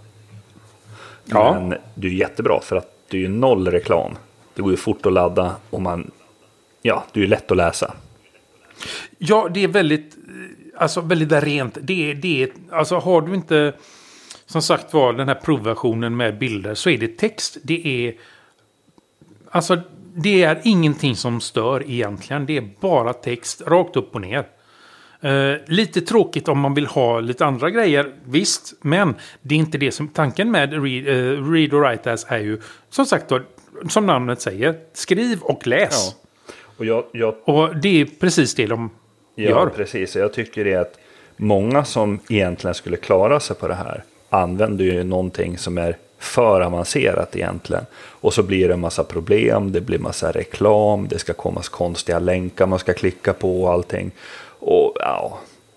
Ja. Men det är jättebra för att det är ju noll reklam. Det går ju fort att ladda och man, ja, det är ju lätt att läsa. Ja, det är väldigt, alltså väldigt rent. Det är, det är, alltså har du inte, som sagt var, den här provversionen med bilder så är det text. Det är, alltså det är ingenting som stör egentligen. Det är bara text, rakt upp och ner. Uh, lite tråkigt om man vill ha lite andra grejer, visst, men det är inte det som tanken med read, uh, read och write as är ju, som sagt då, som namnet säger, skriv och läs. Ja. Och, jag, jag... och det är precis det de ja, gör. Ja, precis. Jag tycker det är att många som egentligen skulle klara sig på det här använder ju någonting som är för avancerat egentligen. Och så blir det en massa problem, det blir massa reklam, det ska komma konstiga länkar man ska klicka på och allting. Och ja.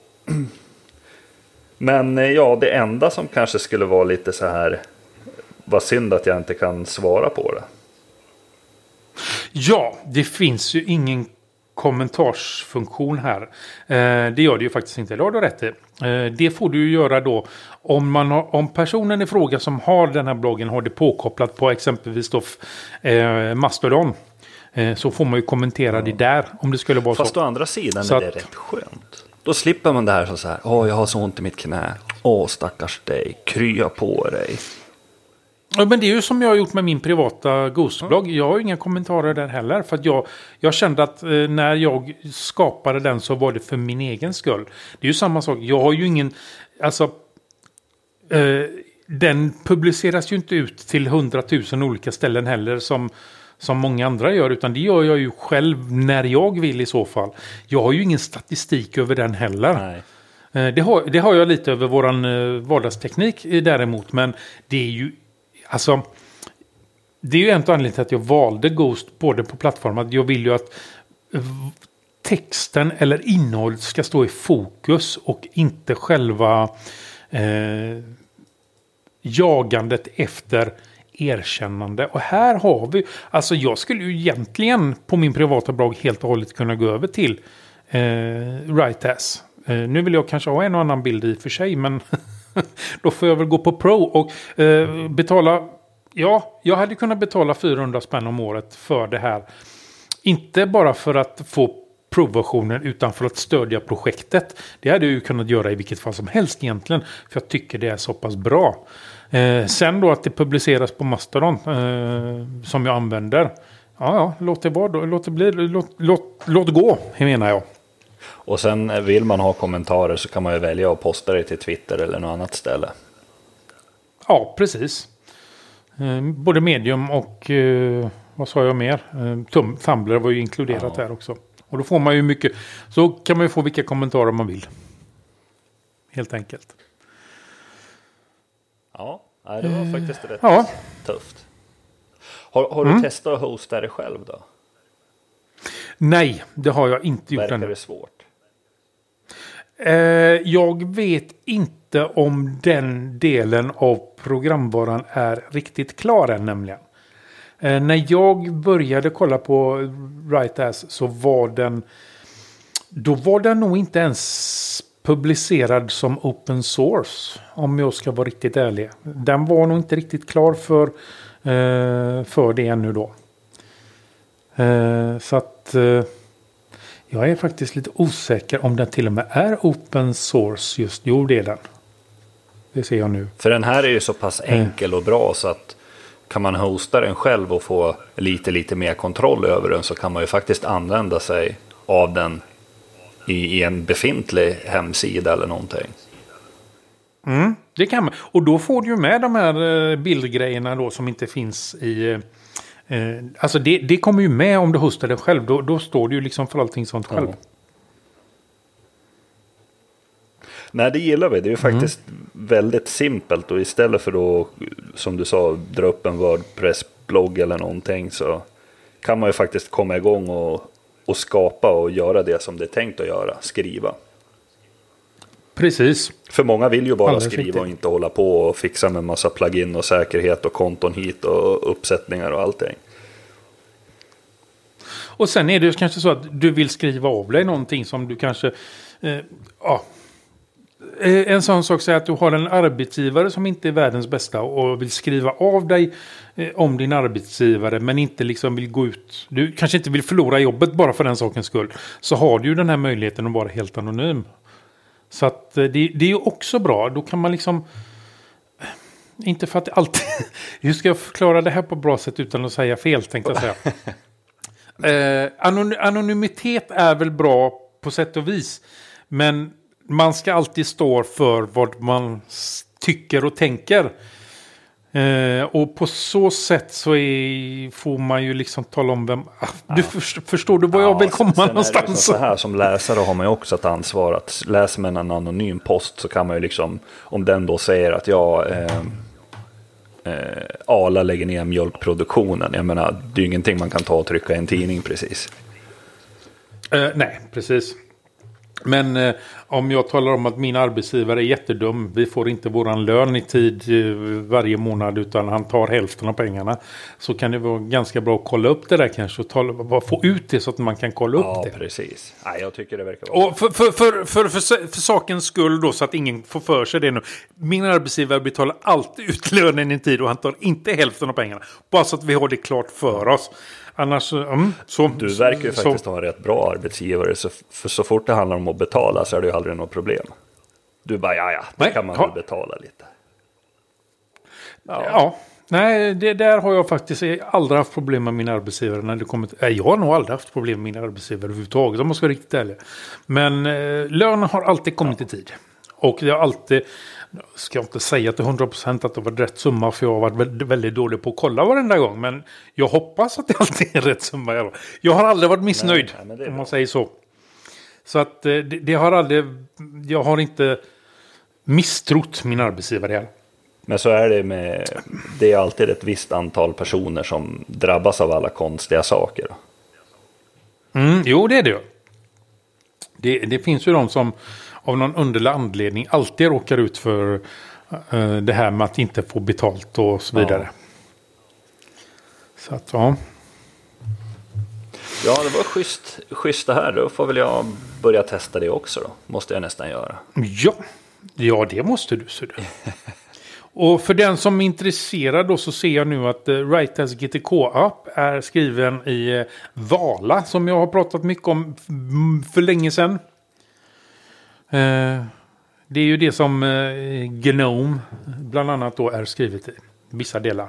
Men ja, det enda som kanske skulle vara lite så här, vad synd att jag inte kan svara på det. Ja, det finns ju ingen kommentarsfunktion här. Eh, det gör det ju faktiskt inte. Det har du rätt i. Eh, det får du ju göra då om, man har, om personen i fråga som har den här bloggen har det påkopplat på exempelvis då, eh, Mastodon. Så får man ju kommentera ja. det där om det skulle vara Fast så. Fast å andra sidan så är det att, rätt skönt. Då slipper man det här så här. Åh, jag har så ont i mitt knä. Åh, stackars dig. Krya på dig. Ja, men det är ju som jag har gjort med min privata Ghost-blogg. Jag har ju inga kommentarer där heller. För att jag, jag kände att eh, när jag skapade den så var det för min egen skull. Det är ju samma sak. Jag har ju ingen... Alltså... Eh, den publiceras ju inte ut till hundratusen olika ställen heller som... som många andra gör, utan det gör jag ju själv när jag vill i så fall. Jag har ju ingen statistik över den heller. Nej. Det har, det har jag lite över våran vardagsteknik däremot, men det är ju alltså det är ju en anledning till att jag valde Ghost både på plattformen. Jag vill ju att texten eller innehållet ska stå i fokus och inte själva eh, jagandet efter erkännande. Och här har vi, alltså jag skulle ju egentligen på min privata blogg helt och hållet kunna gå över till eh, write-as. Eh, nu vill jag kanske ha en och annan bild i för sig, men då får jag väl gå på Pro och eh, betala, ja, jag hade kunnat betala fyrahundra spänn om året för det här. Inte bara för att få Pro-versionen utan för att stödja projektet. Det hade jag ju kunnat göra i vilket fall som helst egentligen, för jag tycker det är så pass bra. Eh, sen då att det publiceras på Mastodon eh, som jag använder. Ja, ja, låt det vara då. Låt det bli, låt, låt, låt gå, menar jag. Och sen vill man ha kommentarer så kan man ju välja att posta det till Twitter eller något annat ställe. Ja, precis. Eh, både Medium och eh, vad sa jag mer? Eh, Tumblr var ju inkluderat ja. Här också. Och då får man ju mycket, så kan man ju få vilka kommentarer man vill. Helt enkelt. Ja, det var faktiskt rätt ja. tufft. Har, har mm. du testat att hosta det själv då? Nej, det har jag inte gjort ännu. Verkar det svårt? Eh, jag vet inte om den delen av programvaran är riktigt klar än nämligen. Eh, när jag började kolla på Write.as så var den då var den nog inte ens publicerad som open source, om jag ska vara riktigt ärlig. Den var nog inte riktigt klar för, eh, för det ännu då. Eh, så att eh, jag är faktiskt lite osäker om den till och med är open source just. Jo, det är den. Det ser jag nu. För den här är ju så pass enkel och bra så att kan man hosta den själv och få lite, lite mer kontroll över den så kan man ju faktiskt använda sig av den i, i en befintlig hemsida eller någonting. Mm, det kan man. Och då får du ju med de här bildgrejerna då som inte finns i... Eh, alltså det, det kommer ju med om du hostar det själv. Då, då står det ju liksom för allting sånt själv. Ja. Nej, det gillar vi. Det är ju faktiskt mm. väldigt simpelt. Och istället för att, som du sa, dra upp en WordPress-blogg eller någonting så kan man ju faktiskt komma igång och, och skapa och göra det som det är tänkt att göra. Skriva. Precis. För många vill ju bara Alldeles skriva riktigt. och inte hålla på och fixa med massa plugin och säkerhet och konton hit och uppsättningar och allting. Och sen är det ju kanske så att du vill skriva av dig någonting som du kanske... Eh, ja. En sån sak är att du har en arbetsgivare som inte är världens bästa och vill skriva av dig eh, om din arbetsgivare men inte liksom vill gå ut. Du kanske inte vill förlora jobbet bara för den sakens skull. Så har du ju den här möjligheten att vara helt anonym. Så att det, det är ju också bra. Då kan man liksom... Inte för att det alltid... Hur ska jag förklara det här på ett bra sätt utan att säga fel, tänkte jag säga. eh, anon- anonymitet är väl bra på sätt och vis. Men man ska alltid stå för vad man tycker och tänker. Eh, och på så sätt så är, får man ju liksom tala om vem... Ah, du ja. först, förstår du vad jag ja, vill komma sen någonstans? Är det så här, som läsare har man ju också ett ansvar att läser man en anonym post så kan man ju liksom, om den då säger att jag eh, eh, Ala lägger ner mjölkproduktionen, jag menar det är ju ingenting man kan ta och trycka i en tidning precis. Eh, nej, precis. Men eh, om jag talar om att min arbetsgivare är jättedum, vi får inte våran lön i tid eh, varje månad utan han tar hälften av pengarna, så kan det vara ganska bra att kolla upp det där kanske och tala, få ut det så att man kan kolla upp ja, det. Ja, precis. Nej, jag tycker det verkar vara. Och för, för, för, för, för, för sakens skull då, så att ingen får för sig det nu. Min arbetsgivare betalar alltid ut lönen i tid och han tar inte hälften av pengarna. Bara så att vi har det klart för oss. Annars, mm, så, du verkar ju så, faktiskt ha en rätt bra arbetsgivare, så, för så fort det handlar om att betala så är det ju aldrig något problem. Du bara, ja ja, då kan man väl betala lite. Ja, ja. Nej, det där har jag faktiskt aldrig haft problem med min arbetsgivare när det kommer till, nej, jag har nog aldrig haft problem med min arbetsgivare överhuvudtaget, om man ska vara riktigt ärlig. Men eh, lönen har alltid kommit ja. i tid. Och jag har alltid, ska jag inte säga till hundra procent att det var rätt summa, för jag har varit väldigt, väldigt dålig på att kolla varenda gång. Men jag hoppas att det alltid är rätt summa. Jag har aldrig varit missnöjd, nej, nej, om man säger så. Så att det, det har aldrig, jag har inte misstrott min arbetsgivare här. Men så är det med, det är alltid ett visst antal personer som drabbas av alla konstiga saker. Mm, jo, det är det. det. Det finns ju de som av någon underlig anledning alltid råkar ut för uh, det här med att inte få betalt och så vidare. Ja. Så att, ja. Ja, det var schysst, schysst det här. Då får väl jag börja testa det också då. Måste jag nästan göra. Ja, ja det måste du. Så du. Och för den som är intresserad då, så ser jag nu att uh, Write.as G T K-app är skriven i uh, Vala, som jag har pratat mycket om f- för länge sedan. Uh, det är ju det som uh, Gnome bland annat då är skrivet i vissa delar.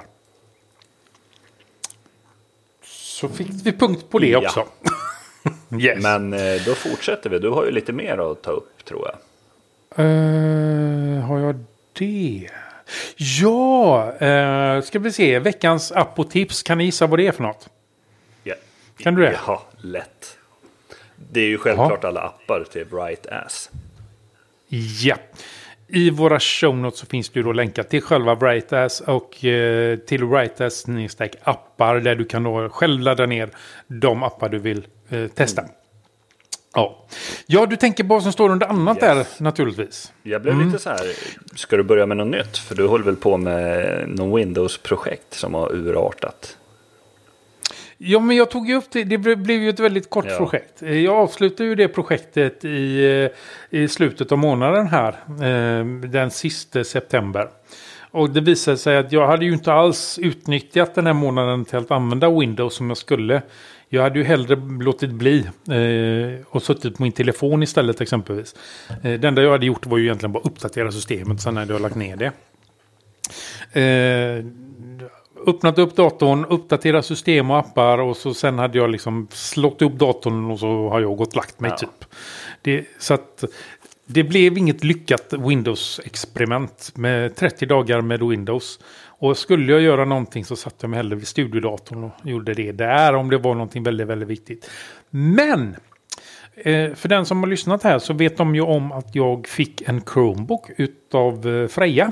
Så fick vi punkt på det ja. också. Yes. Men uh, då fortsätter vi. Du har ju lite mer att ta upp, tror jag. Uh, har jag det? Ja, eh, ska vi se. Veckans app och tips. Kan ni gissa vad det är för något? Yeah. Kan du det? Ja, lätt. Det är ju självklart Aha. alla appar till Write.as. Ja. I våra show notes så finns det ju då länkar till själva Write-As och eh, till Write-As appar där du kan då själv ladda ner de appar du vill eh, testa. Mm. Ja. ja, du tänker på vad som står under annat yes. där naturligtvis. Jag blev mm. lite så här, ska du börja med något nytt? För du håller väl på med någon Windows-projekt som har urartat. Ja, men jag tog ju upp det. Det blev ju ett väldigt kort ja. projekt. Jag avslutade ju det projektet i, i slutet av månaden här. Den sista september. Och det visade sig att jag hade ju inte alls utnyttjat den här månaden till att använda Windows som jag skulle. Jag hade ju hellre låtit bli eh, och suttit på min telefon istället exempelvis. Eh, det enda jag hade gjort var ju egentligen bara uppdatera systemet sen när jag lagt ner det. Eh, öppnat upp datorn, uppdatera system och appar och så sen hade jag liksom slått upp datorn och så har jag gått och lagt mig ja. typ. Det, så att det blev inget lyckat Windows-experiment med trettio dagar med Windows. Och skulle jag göra någonting så satt jag mig hellre vid studiodatorn och gjorde det där om det var någonting väldigt, väldigt viktigt. Men eh, för den som har lyssnat här så vet de ju om att jag fick en Chromebook utav eh, Freja.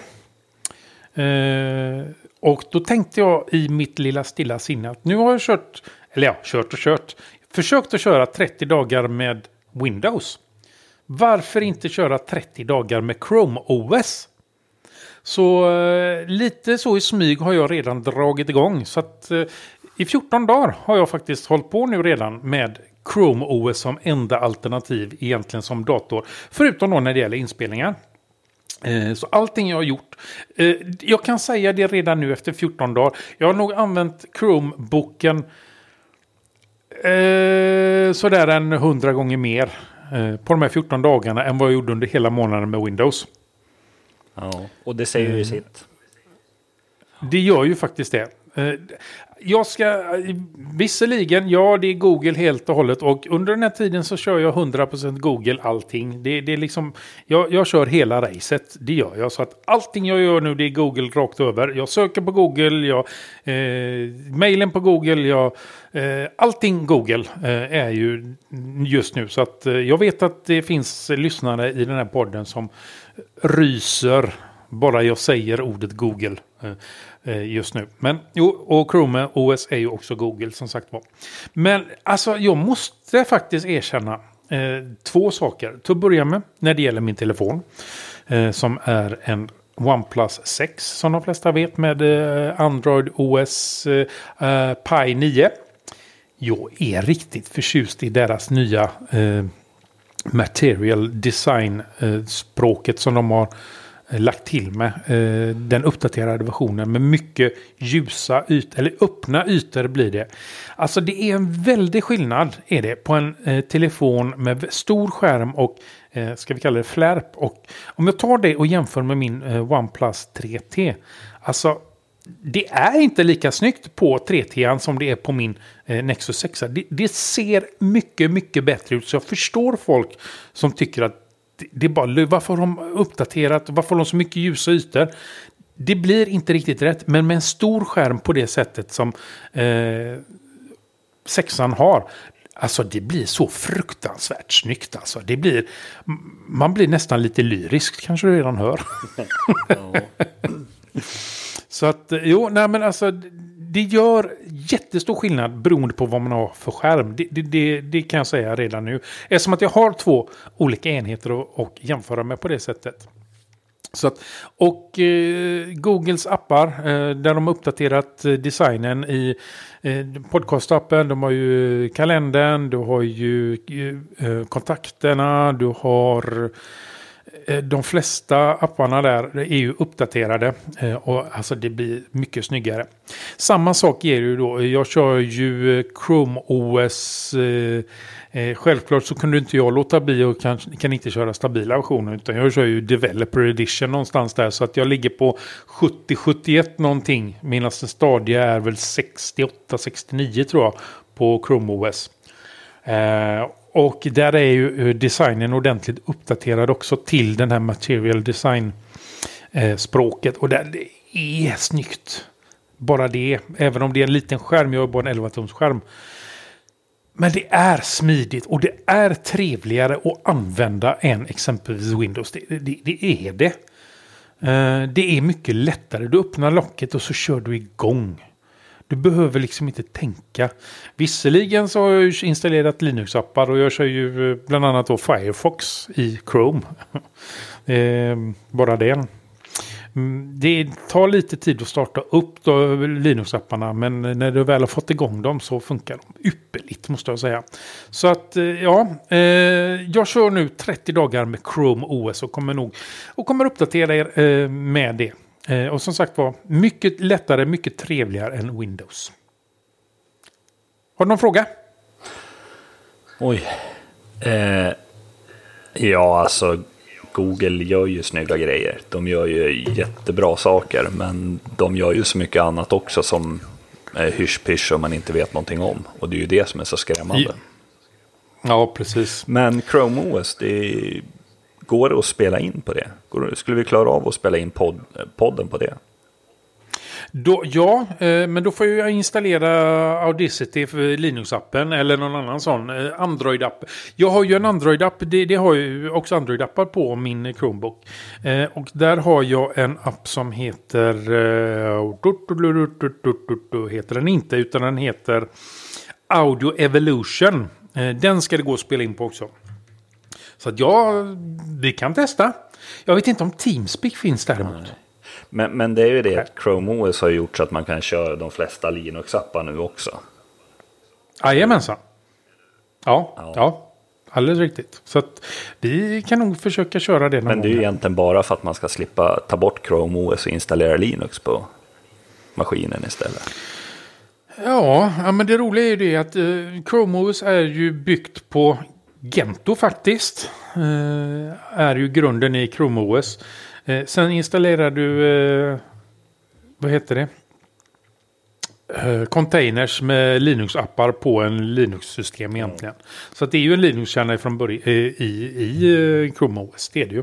Eh, och då tänkte jag i mitt lilla stilla sinne att nu har jag kört, eller ja, kört och kört, försökt att köra trettio dagar med Windows. Varför inte köra trettio dagar med Chrome O S? Så eh, lite så i smyg har jag redan dragit igång. Så att eh, i fjorton dagar har jag faktiskt hållit på nu redan med Chrome O S som enda alternativ egentligen som dator. Förutom då när det gäller inspelningar. Eh, så allting jag har gjort. Eh, jag kan säga det redan nu efter fjorton dagar. Jag har nog använt Chromebooken eh, sådär en hundra gånger mer eh, på de här fjorton dagarna än vad jag gjorde under hela månaden med Windows. Ja, och det säger ju sitt. Det gör ju faktiskt det. Jag ska, visserligen, ja det är Google helt och hållet. Och under den här tiden så kör jag hundra procent Google allting. Det, det är liksom, jag, jag kör hela racet, det gör jag. Så att allting jag gör nu det är Google rakt över. Jag söker på Google, jag, eh, mailen på Google, jag, eh, allting Google eh, är ju just nu. Så att eh, jag vet att det finns lyssnare i den här podden som ryser bara jag säger ordet Google eh, just nu. Men jo, och Chrome O S är ju också Google som sagt var. Men alltså jag måste faktiskt erkänna eh, två saker. Till att börja med när det gäller min telefon eh, som är en OnePlus sex som de flesta vet med eh, Android O S eh, Pi nio. Jag är riktigt förtjust i deras nya eh, Material Design eh, språket som de har eh, lagt till med eh, den uppdaterade versionen med mycket ljusa ytor eller öppna ytor blir det. Alltså det är en väldig skillnad är det på en eh, telefon med stor skärm och eh, ska vi kalla det flärp och om jag tar det och jämför med min eh, OnePlus tre T alltså det är inte lika snyggt på tre T som det är på min eh, Nexus sex. Det, det ser mycket, mycket bättre ut. Så jag förstår folk som tycker att det, det är bara, varför har de uppdaterat, varför har de så mycket ljusa ytor? Det blir inte riktigt rätt. Men med en stor skärm på det sättet som eh, sexan har. Alltså det blir så fruktansvärt snyggt. Alltså. Det blir, man blir nästan lite lyrisk, kanske du redan hör. Så att, jo, nej men alltså det gör jättestor skillnad beroende på vad man har för skärm. Det, det, det, det kan jag säga redan nu. Eftersom att jag har två olika enheter att, att jämföra med på det sättet. Så att, och eh, Googles appar eh, där de har uppdaterat eh, designen i eh, podcastappen. De har ju kalendern, du har ju eh, kontakterna, du har... De flesta apparna där är ju uppdaterade och alltså det blir mycket snyggare. Samma sak är det ju då. Jag kör ju Chrome O S. Eh, självklart så kunde inte jag låta bli och kan, kan inte köra stabila versioner utan jag kör ju Developer Edition någonstans där så att jag ligger på sjuttio sjuttioett någonting. Medan den stadiga är väl sextioåtta sextionio tror jag på Chrome O S. Eh, Och där är ju designen ordentligt uppdaterad också till den här Material Design eh, språket. Och där det är snyggt. Bara det. Även om det är en liten skärm. Jag har bara en elva tums skärm. Men det är smidigt. Och det är trevligare att använda än exempelvis Windows. Det, det, det är det. Eh, det är mycket lättare. Du öppnar locket och så kör du igång. Du behöver liksom inte tänka. Visserligen så har jag ju installerat Linux-appar och jag kör ju bland annat då Firefox i Chrome. eh, bara det. Det tar lite tid att starta upp då, Linux-apparna, men när du väl har fått igång dem så funkar de ypperligt, måste jag säga. Så att ja, eh, jag kör nu trettio dagar med Chrome O S och kommer nog och kommer uppdatera er eh, med det. Eh, och som sagt var, mycket lättare, mycket trevligare än Windows. Har du någon fråga? Oj. Eh, ja, alltså Google gör ju snygga grejer. De gör ju jättebra saker, men de gör ju så mycket annat också som är hysch-pysch som man inte vet någonting om. Och det är ju det som är så skrämmande. Ja, ja precis. Men Chrome O S, det går det att spela in på det? Skulle vi klara av att spela in podd, podden på det? Då, ja, eh, men då får jag installera Audacity för Linux-appen eller någon annan sån eh, Android-app. Jag har ju en Android-app, det, det har ju också Android-appar på min Chromebook. Eh, och där har jag en app som heter, eh, heter den inte, utan den heter Audio Evolution. Eh, den ska det gå att spela in på också. Så att ja, vi kan testa. Jag vet inte om Teamspeak finns däremot. Nej. Men, men det är ju det att Chrome O S har gjort så att man kan köra de flesta Linux-appar nu också. Jajamensan. Ja, Ja. ja, alldeles riktigt. Så att vi kan nog försöka köra det någon Men det är ju gång. egentligen bara för att man ska slippa ta bort Chrome O S och installera Linux på maskinen istället. Ja, ja, men det roliga är ju det att eh, Chrome O S är ju byggt på Gentoo faktiskt. Eh, är ju grunden i Chrome O S. Eh, sen installerar du, eh, vad heter det? Eh, containers med Linux-appar på en Linux-system egentligen. Mm. Så att det är ju en Linux-kärna från början eh, i, i eh, Chrome O S, det är det ju.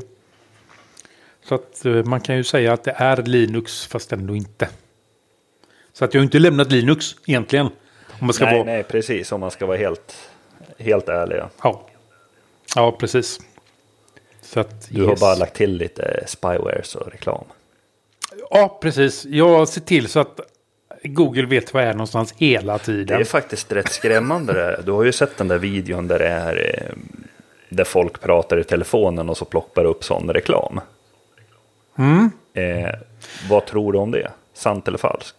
Så att eh, man kan ju säga att det är Linux fast ändå inte. Så att jag har inte lämnat Linux egentligen. Om man ska nej, vara... nej, precis. Om man ska vara helt, helt ärlig. Ja. Ja, precis. Så att, du yes. har bara lagt till lite spywares och reklam. Ja, precis. Jag ser till så att Google vet vad jag är någonstans hela tiden. Det är faktiskt rätt skrämmande det. Du har ju sett den där videon där det är där folk pratar i telefonen och så ploppar upp sån reklam. Mm. Eh, vad tror du om det? Sant eller falskt?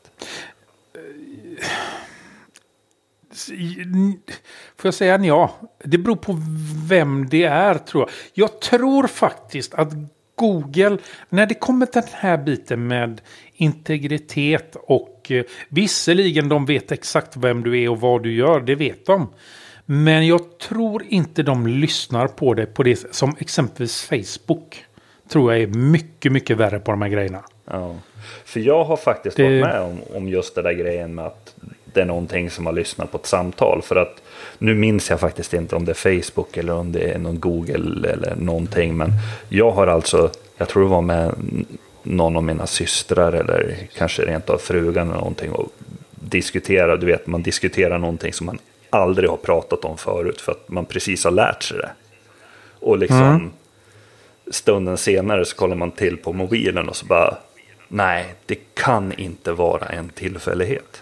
Får jag säga ja? Det beror på vem det är, tror jag. Jag tror faktiskt att Google, när det kommer till den här biten med integritet och eh, visserligen de vet exakt vem du är och vad du gör, det vet de. Men jag tror inte de lyssnar på det på det som exempelvis Facebook tror jag är mycket, mycket värre på de här grejerna. Ja, för jag har faktiskt det... varit med om, om just det där grejen med att det är någonting som har lyssnat på ett samtal. För att nu minns jag faktiskt inte om det är Facebook eller om det är någon Google eller någonting. Men jag har alltså, jag tror det var med någon av mina systrar eller kanske rent av frugan eller någonting och diskutera, du vet, man diskuterar någonting som man aldrig har pratat om förut för att man precis har lärt sig det. Och liksom mm. stunden senare så kollar man till på mobilen och så bara, nej, det kan inte vara en tillfällighet.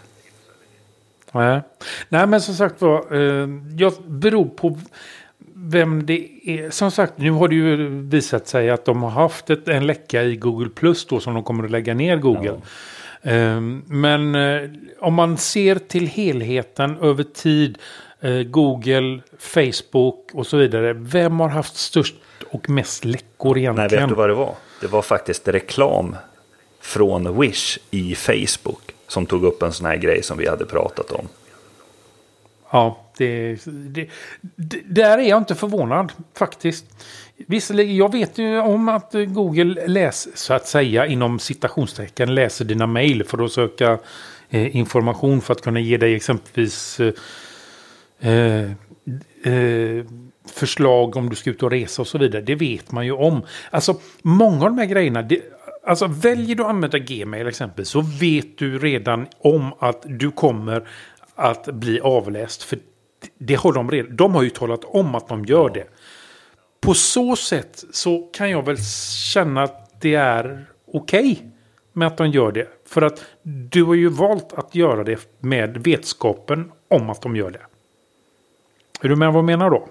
Nej, nej men som sagt var, eh, jag beror på vem det är. Som sagt, nu har det ju visat sig att de har haft ett, en läcka i Google Plus då som de kommer att lägga ner Google. Ja. Eh, men eh, om man ser till helheten över tid, eh, Google, Facebook och så vidare. Vem har haft störst och mest läckor egentligen? Nej, vet du vad det var? Det var faktiskt reklam från Wish i Facebook som tog upp en sån här grej som vi hade pratat om. Ja, det, det, det, där är jag inte förvånad faktiskt. Visserligen, jag vet ju om att Google läser, så att säga, inom citationstecken läser dina mejl för att söka eh, information för att kunna ge dig exempelvis eh, eh, förslag om du ska ut och resa och så vidare. Det vet man ju om. Alltså, många av de här grejerna... Det, Alltså väljer du att använda Gmail exempel så vet du redan om att du kommer att bli avläst. För det har de redan. De har ju talat om att de gör det. På så sätt så kan jag väl känna att det är okej okay med att de gör det. För att du har ju valt att göra det med vetskapen om att de gör det. Är du med vad jag menar då?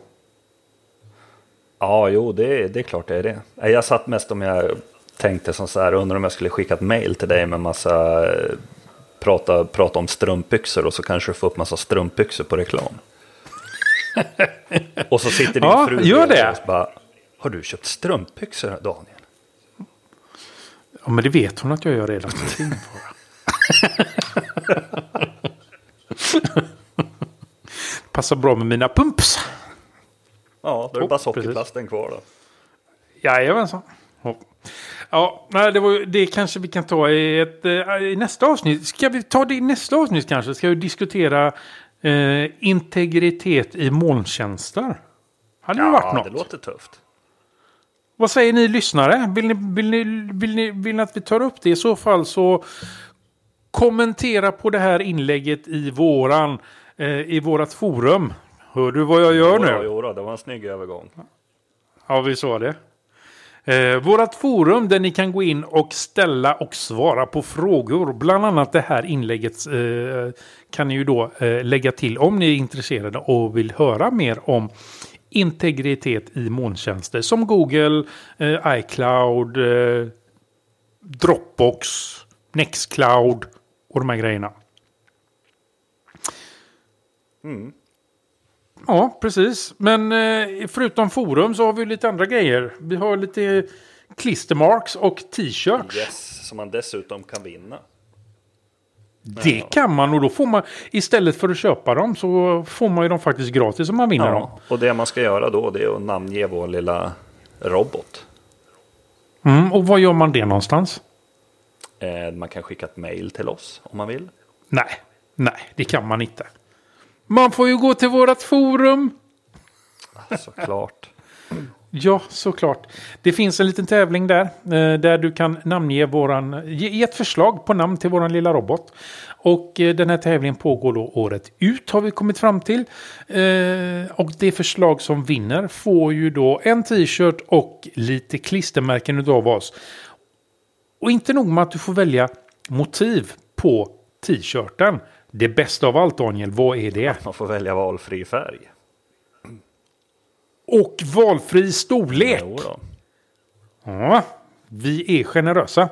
Ja, jo, det, det är klart det är det. Jag satt mest om jag tänkte som så här, undrar om jag skulle skicka ett mail till dig med massa prata, prata om strumpbyxor och så kanske du får upp massa strumpbyxor på reklam. Och så sitter din ja, fru gör det. Och bara, har du köpt strumpbyxor, Daniel? Ja, men det vet hon att jag gör redan. Passar bra med mina pumps. Ja, då är det bara sockerplasten kvar då. Jajamensan. Ja, nej, det, var, det kanske vi kan ta i, ett, i nästa avsnitt. Ska vi ta det i nästa avsnitt kanske? Ska vi diskutera eh, integritet i molntjänster? Hade det ja, varit något? Det låter tufft. Vad säger ni lyssnare? Vill ni, vill, ni, vill, ni, vill ni att vi tar upp det? I så fall så kommentera på det här inlägget i våran eh, i vårat forum. Hör du vad jag gör jo, nu? Ja, jo, det var en snygg övergång. Ja, vi sa det. Eh, vårat forum där ni kan gå in och ställa och svara på frågor. Bland annat det här inlägget eh, kan ni ju då eh, lägga till om ni är intresserade och vill höra mer om integritet i molntjänster som Google, eh, iCloud, eh, Dropbox, Nextcloud och de här grejerna. Mm. Ja, precis. Men eh, förutom forum så har vi lite andra grejer. Vi har lite klistermarks och t-shirts. Yes, som man dessutom kan vinna. Det ja. kan man, och då får man, istället för att köpa dem så får man ju dem faktiskt gratis om man vinner ja, dem. Och det man ska göra då, det är att namnge vår lilla robot. Mm, och vad gör man det någonstans? Eh, man kan skicka ett mail till oss om man vill. Nej, nej, det kan man inte. Man får ju gå till vårat forum. Såklart. Ja, såklart. Det finns en liten tävling där. Eh, där du kan namnge våran... Ge, ge ett förslag på namn till våran lilla robot. Och eh, den här tävlingen pågår då året ut, har vi kommit fram till. Eh, och det förslag som vinner får ju då en t-shirt och lite klistermärken utav oss. Och inte nog med att du får välja motiv på t-shirten. Det bästa av allt, Daniel, vad är det? Man får välja valfri färg. Och valfri storlek. Jo då. Ja, vi är generösa.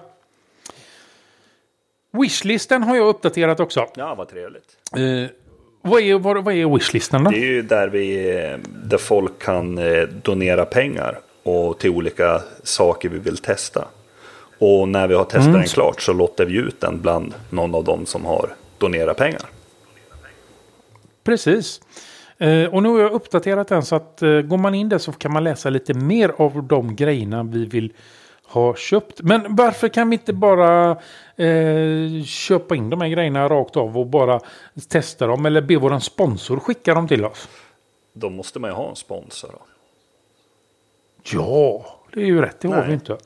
Wishlisten har jag uppdaterat också. Ja, vad trevligt. Eh, vad, är, vad, vad är wishlisten då? Det är ju där, vi, där folk kan donera pengar och till olika saker vi vill testa. Och när vi har testat mm. den klart så låter vi ut den bland någon av dem som har donerat pengar. Precis. Eh, och nu har jag uppdaterat den så att eh, går man in där så kan man läsa lite mer av de grejerna vi vill ha köpt. Men varför kan vi inte bara eh, köpa in de här grejerna rakt av och bara testa dem eller be våran sponsor skicka dem till oss? Då måste man ju ha en sponsor då. Ja, det är ju rätt. Det har vi inte.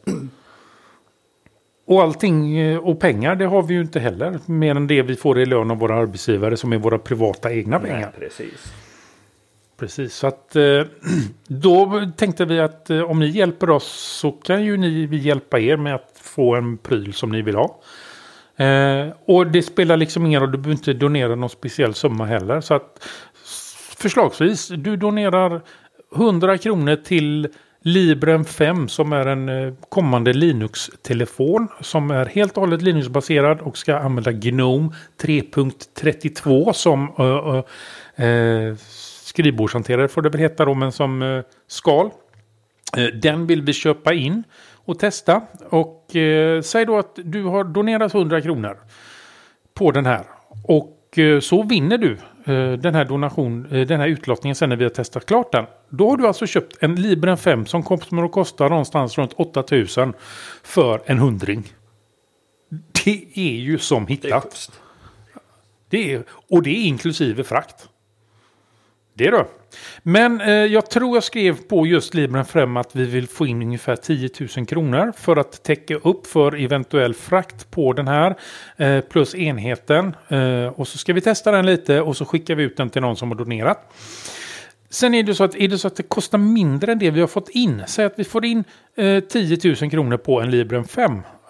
Och allting och pengar, det har vi ju inte heller. Mer än det vi får i lön av våra arbetsgivare som är våra privata egna pengar. Nej, precis. Precis, så att då tänkte vi att om ni hjälper oss så kan ju ni vi hjälpa er med att få en pryl som ni vill ha. Eh, och det spelar liksom ingen roll, du behöver inte donera någon speciell summa heller. Så att förslagsvis, du donerar hundra kronor till Librem fem som är en kommande Linux-telefon som är helt och hållet Linux-baserad och ska använda Gnome tre punkt trettiotvå som uh, uh, uh, skrivbordshanterare får det väl heta då, men som uh, skal. Uh, den vill vi köpa in och testa. Och uh, säg då att du har donerat hundra kronor på den här. Och uh, så vinner du uh, den här donation, uh, den här utlottningen sen när vi har testat klart den. Då har du alltså köpt en Librem fem som kommer att kosta någonstans runt åtta tusen för en hundring. Det är ju som hittat. Det är, det är, och det är inklusive frakt. Det är det. Men eh, jag tror jag skrev på just Librem fem att vi vill få in ungefär tio tusen kronor för att täcka upp för eventuell frakt på den här eh, plus enheten. Eh, och så ska vi testa den lite och så skickar vi ut den till någon som har donerat. Sen är det så att, är det så att det kostar mindre än det vi har fått in. Säg att vi får in eh, tio tusen kronor på en Librem fem.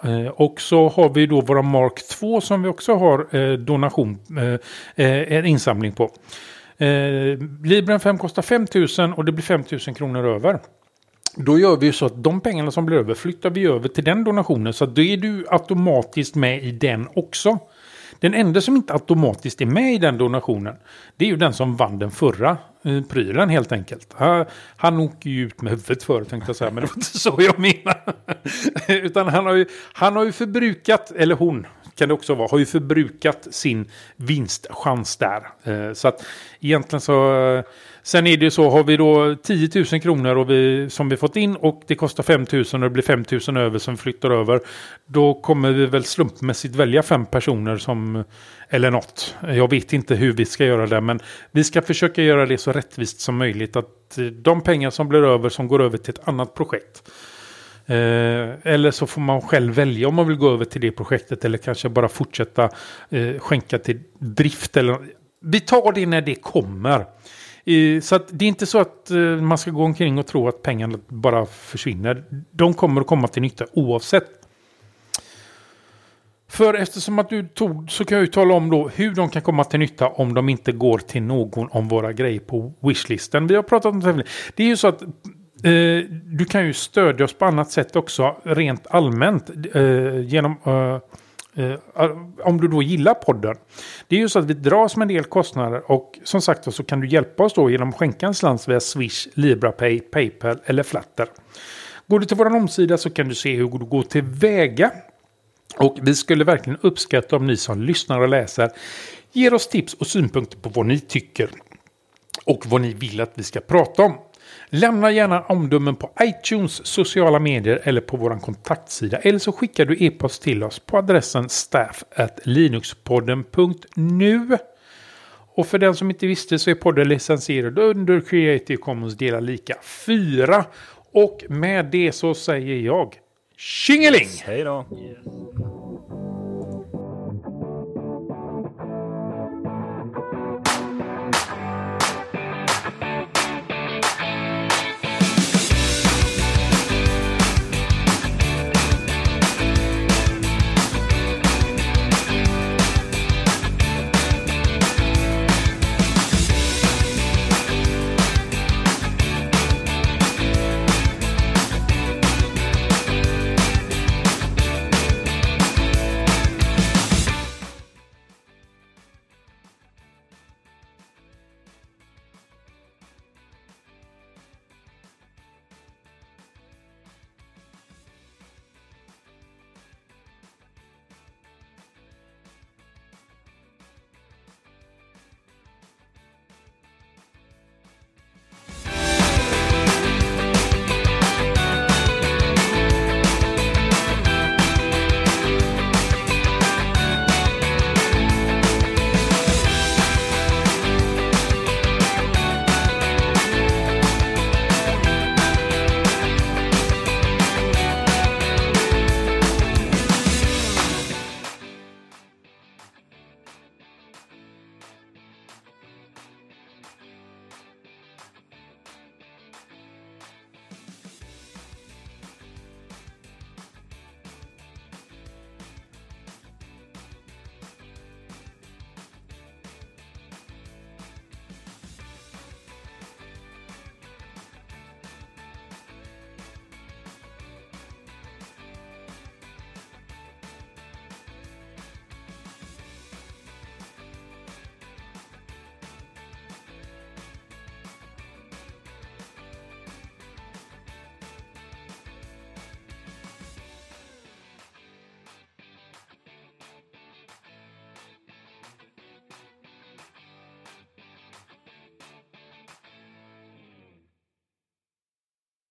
Eh, och så har vi då våra Mark två som vi också har eh, donation, eh, en insamling på. Eh, Librem fem kostar fem tusen och det blir fem tusen kronor över. Då gör vi ju så att de pengarna som blir över flyttar vi över till den donationen. Så att då är du automatiskt med i den också. Den enda som inte automatiskt är med i den donationen, det är ju den som vann den förra eh, prylen helt enkelt. Han, han åker ju ut med huvudet för, tänkte jag säga, men det var inte så jag menar. Utan han har, ju, han har ju förbrukat, eller hon kan det också vara, har ju förbrukat sin vinstchans där. Eh, så att egentligen så... Eh, Sen är det så, har vi då tio tusen kronor och vi, som vi fått in och det kostar fem tusen och det blir fem tusen över som flyttar över. Då kommer vi väl slumpmässigt välja fem personer som, eller något. Jag vet inte hur vi ska göra det, men vi ska försöka göra det så rättvist som möjligt. Att de pengar som blir över som går över till ett annat projekt. Eh, eller så får man själv välja om man vill gå över till det projektet eller kanske bara fortsätta eh, skänka till drift. Eller, vi tar det när det kommer. Så att det är inte så att man ska gå omkring och tro att pengarna bara försvinner. De kommer att komma till nytta oavsett. För eftersom att du tog, så kan jag ju tala om då hur de kan komma till nytta om de inte går till någon om våra grejer på wishlisten. Vi har pratat om det. Det är ju så att eh, du kan ju stödja oss på annat sätt också rent allmänt eh, genom... Eh, Uh, om du då gillar podden. Det är ju så att vi dras med en del kostnader och som sagt så kan du hjälpa oss då genom att skänka en slant via Swish, LibraPay, Paypal eller Flatter. Går du till vår omsida så kan du se hur du går till väga och vi skulle verkligen uppskatta om ni som lyssnar och läser ger oss tips och synpunkter på vad ni tycker och vad ni vill att vi ska prata om. Lämna gärna omdömen på iTunes, sociala medier eller på vår kontaktsida. Eller så skickar du e-post till oss på adressen staff at linuxpodden punkt nu. Och för den som inte visste så är podden licensierad under Creative Commons delar lika fyra. Och med det så säger jag tjingeling! Hej då!